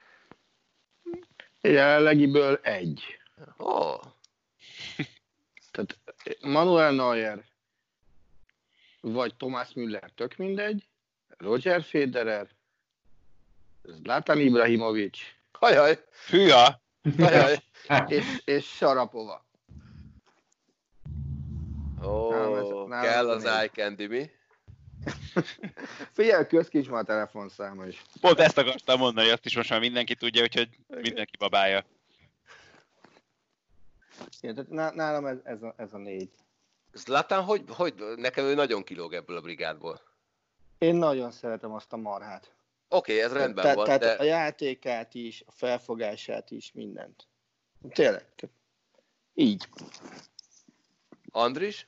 Jelenlegiből 1. Oh. Tehát Manuel Neuer, vagy Thomas Müller, tök mindegy, Roger Federer, Zlatan Ibrahimovic. Hajaj! Hűha! Hajaj! és Sarapova. Kell az eye candy, mi? Figyelj, közkincs már a telefonszáma is. Pont ezt akartam mondani, azt is most már mindenki tudja, úgyhogy mindenki babája. Igen, tehát nálam ez a 4. Zlatan, hogy nekem ő nagyon kilóg ebből a brigádból. Én nagyon szeretem azt a marhát. Oké, ez rendben van, Tehát de... a játékát is, a felfogását is, mindent. Tényleg. Így. Andris?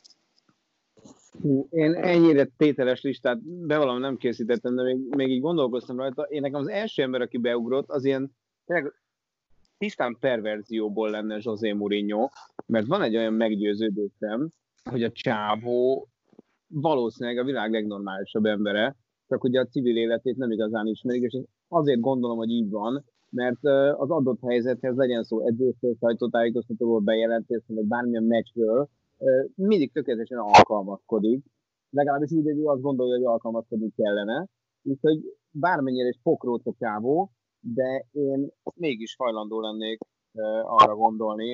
Én ennyire tételes listát bevallom nem készítettem, de még így gondolkoztam rajta. Én nekem az első ember, aki beugrott, az ilyen tényleg tisztán perverzióból lenne José Mourinho, mert van egy olyan meggyőződésem, hogy a csávó valószínűleg a világ legnormálisabb embere, csak ugye a civil életét nem igazán ismerik, és azért gondolom, hogy így van, mert az adott helyzethez legyen szó edzésről, sajtótájékoztatóról, bejelentésről, vagy bármilyen meccsről, mindig tökéletesen alkalmazkodik. Legalábbis úgy, hogy ő azt gondolja, hogy alkalmazkodni kellene. Úgyhogy bármennyire is pokróc a csávó, de én mégis hajlandó lennék arra gondolni,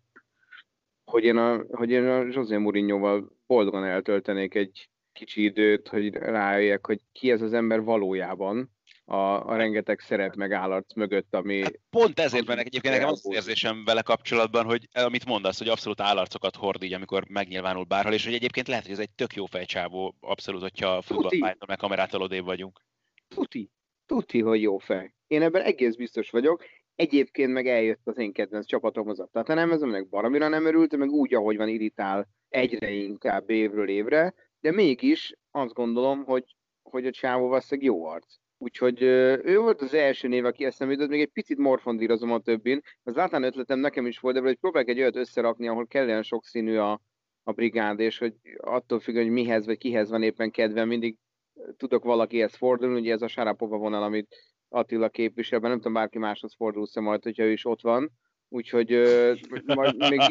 hogy én a José Mourinhoval boldogan eltöltenék egy kicsi időt, hogy rájöjjek, hogy ki ez az ember valójában a rengeteg szeret meg állarc mögött, ami... Pont ezért, mert egyébként nekem az érzésem vele kapcsolatban, hogy amit mondasz, hogy abszolút állarcokat hord így, amikor megnyilvánul bárhol, és hogy egyébként lehet, hogy ez egy tök jó fejcsávó, abszolút, hogyha futballpályától meg kamerától odébb vagyunk. Tuti, hogy jó fej. Én ebben egész biztos vagyok. Egyébként meg eljött az én kedvenc csapatomhoz a Tottenhamhez, aminek baromira nem örültem, meg úgy, ahogy van, irritál egyre inkább évről évre, de mégis azt gondolom, hogy a csávó valószínűleg jó arc. Úgyhogy ő volt az első név, aki eszembe jutott, még egy picit morfondírozom a többin. Az Zlatan ötletem nekem is volt, de hogy próbálok egy olyat összerakni, ahol kellően sokszínű a brigád, és hogy attól függ, hogy mihez vagy kihez van éppen kedvem, mindig tudok valakihez fordulni, ugye ez a Sarapova vonal, amit Attila képvisel, nem tudom, bárki máshoz fordulsz-e majd, hogyha ő is ott van. Úgyhogy majd még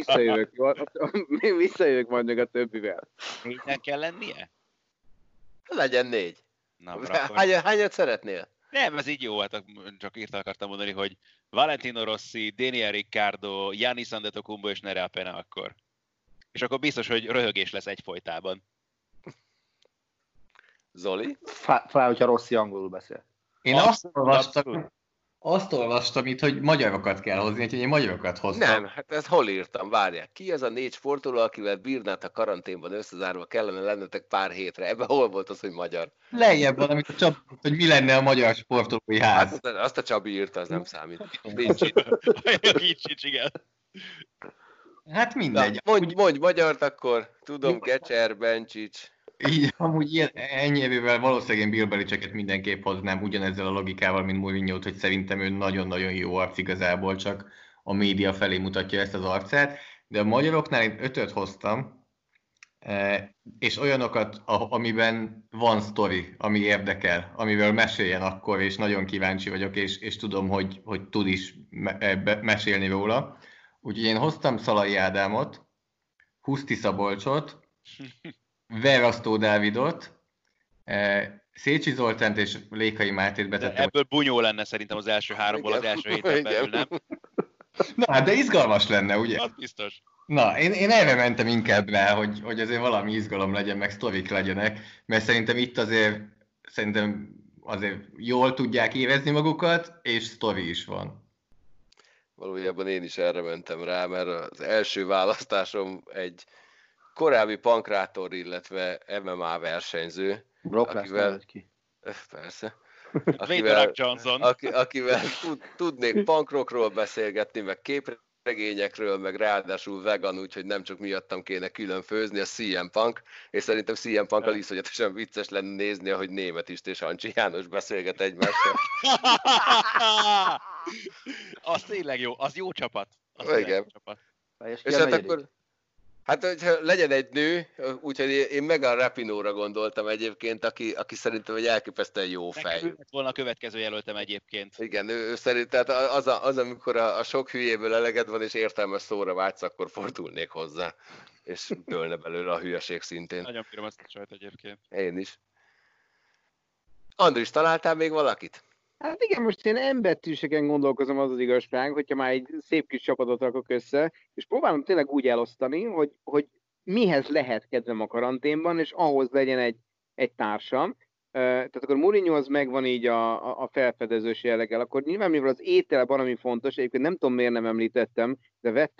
visszajövök majd még a többivel. 4-nek kell lennie? Legyen 4. Na, Hányat szeretnél? Nem, ez így jó, hát csak akartam mondani, hogy Valentino Rossi, Daniel Ricciardo, Giannis Antetokounmpo és Nerea Pena akkor. És akkor biztos, hogy röhögés lesz egyfolytában. Zoli? Fáj, hogyha Rossi angolul beszél. Én azt olvastam itt, hogy magyarokat kell hozni, úgyhogy én magyarokat hoztam. Nem, hát ezt hol írtam, várják. Ki az a 4 sportoló, akivel bírnát a karanténban összezárva kellene lennetek pár hétre? Ebben hol volt az, hogy magyar? Lejjebb van, amit a Csabi, hogy mi lenne a magyar sportolói ház. Azt a Csabi írta, az nem számít. Nincs itt. Nincs, igen. Hát mindegy. Mondj magyart akkor. Tudom, Gecser, Bencsics. Így, amúgy ennyi évvel valószínűleg én Bill Belichicket mindenképp hoznám ugyanezzel a logikával, mint Mourinho-t, hogy szerintem ő nagyon-nagyon jó arc igazából, csak a média felé mutatja ezt az arcát. De a magyaroknál én 5-öt hoztam, és olyanokat, amiben van sztori, ami érdekel, amivel meséljen akkor, és nagyon kíváncsi vagyok, és tudom, hogy tud is mesélni róla. Úgyhogy én hoztam Szalai Ádámot, Huszti Szabolcsot, Verasztó Dávidot, Szécsi Zoltánt és Lékai Mátét betettem. Ebből bunyó lenne szerintem az első 3-ból az első héten belül, nem? Na, de izgalmas lenne, ugye? Az biztos. Na, én erre mentem inkább rá, hogy azért valami izgalom legyen, meg sztorik legyenek, mert szerintem azért jól tudják érezni magukat, és sztori is van. Valójában én is erre mentem rá, mert az első választásom egy korábbi pankrátor, illetve MMA versenyző, akivel... Persze. Akivel tudnék punkrockról beszélgetni, meg képregényekről, meg ráadásul vegan, úgyhogy nem csak miattam kéne külön főzni, a CM Punk, és szerintem CM Punkkal iszonyatosan vicces lenne nézni, ahogy Németh István és Hancsi János beszélget egymással. Az tényleg jó, az jó csapat. Igen. Jó csapat. És hát akkor... Hát, hogyha legyen egy nő, úgyhogy én Megan Rapinoe-ra gondoltam egyébként, aki szerintem egy elképesztően jó fej. Nekem ő lett volna a következő jelöltem egyébként. Igen, ő szerint, tehát az amikor a sok hülyéből eleged van, és értelmes szóra vágysz, akkor fordulnék hozzá. És dőlne belőle a hülyeség szintén. Nagyon bírom ezt a csajt egyébként. Én is. Andris, találtál még valakit? Hát igen, most én embetűseken gondolkozom, az igazság, hogyha már egy szép kis csapatot rakok össze, és próbálom tényleg úgy elosztani, hogy mihez lehet kedvem a karanténban, és ahhoz legyen egy társam. Tehát akkor Mourinhohoz megvan így a felfedezős jelleggel, akkor nyilván mivel az étel valami fontos, egyébként nem tudom miért nem említettem, de vettem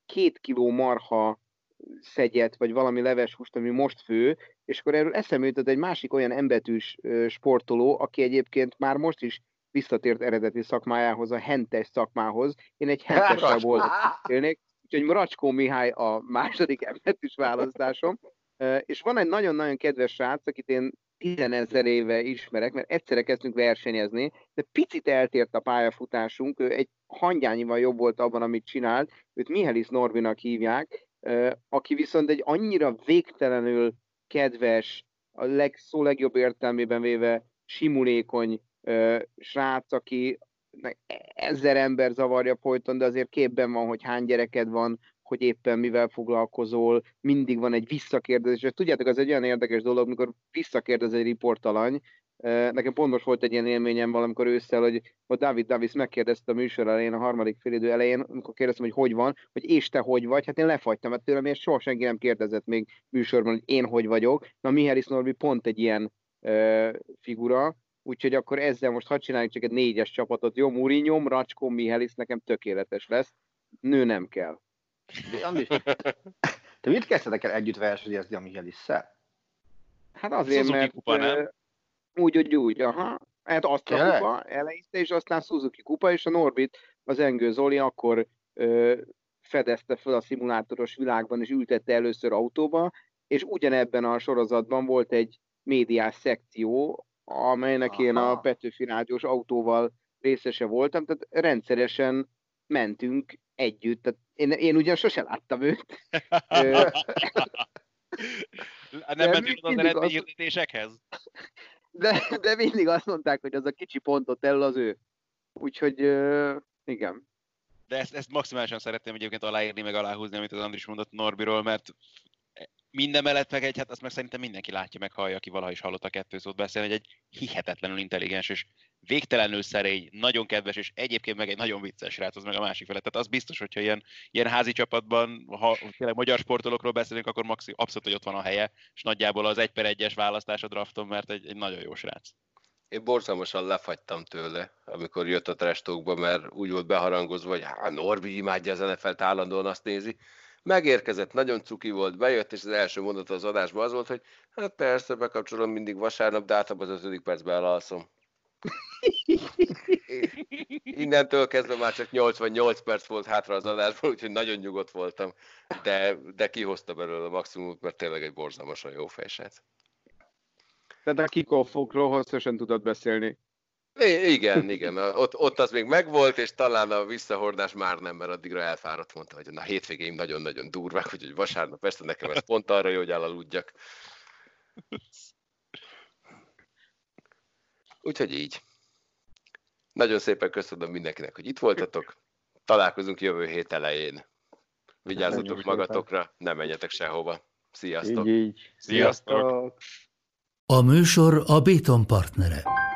2 kiló marha szegyet, vagy valami leveshúst, ami most fő, és akkor erről eszembe jutott egy másik olyan embetűs sportoló, aki egyébként már most is visszatért eredeti szakmájához, a hentes szakmához. Én egy hentessel élnék, úgyhogy Mracskó Mihály a második embetűs választásom. És van egy nagyon-nagyon kedves srác, akit én 10 000 éve ismerek, mert egyszerre kezdtünk versenyezni, de picit eltért a pályafutásunk, ő egy hangyányival jobb volt abban, amit csinált, őt Mihály Norbinak hívják, aki viszont egy annyira végtelenül kedves, a szó legjobb értelmében véve simulékony srác, aki 1000 ember zavarja folyton, de azért képben van, hogy hány gyereked van, hogy éppen mivel foglalkozol, mindig van egy visszakérdezés. És tudjátok, az egy olyan érdekes dolog, amikor visszakérdez egy riportalany. Nekem pont most volt egy ilyen élményem valamikor ősszel, hogy David Davis megkérdezte a műsor elején, a harmadik félidő elején, amikor kérdeztem, hogy van, hogy és te hogy vagy, hát én lefagytam, mert tőlem és soha senki nem kérdezett még műsorban, hogy én hogy vagyok. Na, Mihály Norbi pont egy ilyen figura, úgyhogy akkor ezzel most hadd csináljuk csak egy 4-es csapatot. Jó, Mourinho, Mracskó, Mihály, nekem tökéletes lesz. Nő nem kell. Andris, te mit kezdtetek el együtt versenyezni a Mihálysszel? Hát azért, Suzuki mert kupa, nem? úgy, aha. Hát Astra kupa eleinte, és aztán Suzuki kupa, és a Norbit, az Engő Zoli akkor fedezte fel a szimulátoros világban, és ültette először autóba, és ugyanebben a sorozatban volt egy médiás szekció, amelynek én a Petőfi Rádiós autóval részese voltam, tehát rendszeresen mentünk együtt. Tehát én ugyan sose láttam őt. Nem mentünk az eredményhirdetésekhez? De mindig azt mondták, hogy az a kicsi pontot el az ő. Úgyhogy igen. De ezt maximálisan szeretném egyébként aláírni, meg aláhúzni, amit az Andris mondott Norbiról, mert minden mellett meg hát azt meg szerintem mindenki látja, meg hallja, aki valaha is hallott a kettő szót beszélni, hogy egy hihetetlenül intelligens és végtelenül szerény, nagyon kedves, és egyébként meg egy nagyon vicces srác, az meg a másik fele. Tehát az biztos, hogyha ilyen házi csapatban, ha tényleg magyar sportolókról beszélünk, akkor abszolút, hogy ott van a helye, és nagyjából az 1/1-es választás a drafton, mert egy nagyon jó srác. Én borzalmasan lefagytam tőle, amikor jött a trash talkba, mert úgy volt beharangozva, hogy Norbi imádja az NFL-t, állandóan azt nézi. Megérkezett, nagyon cuki volt, bejött, és az első mondata az adásban az volt, hogy hát persze, bekapcsolom mindig vasárnap, de általában az 5. percben elalszom. Innentől kezdve már csak 88 perc volt hátra az adásban, úgyhogy nagyon nyugodt voltam, de kihozta belőle a maximumot, mert tényleg egy borzalmasan jó fejsrác. Tehát a kick-offokról hosszasan tudod beszélni. Igen. Ott az még megvolt, és talán a visszahordás már nem, mert addigra elfáradt, mondta, hogy na hétvégéim nagyon-nagyon durvák, úgyhogy vasárnap este nekem ez pont arra jó, hogy elaludjak. Úgyhogy így. Nagyon szépen köszönöm mindenkinek, hogy itt voltatok. Találkozunk jövő hét elején. Vigyázzatok magatokra, ne menjetek sehova. Sziasztok! Így. Sziasztok! A műsor a Béton partnere.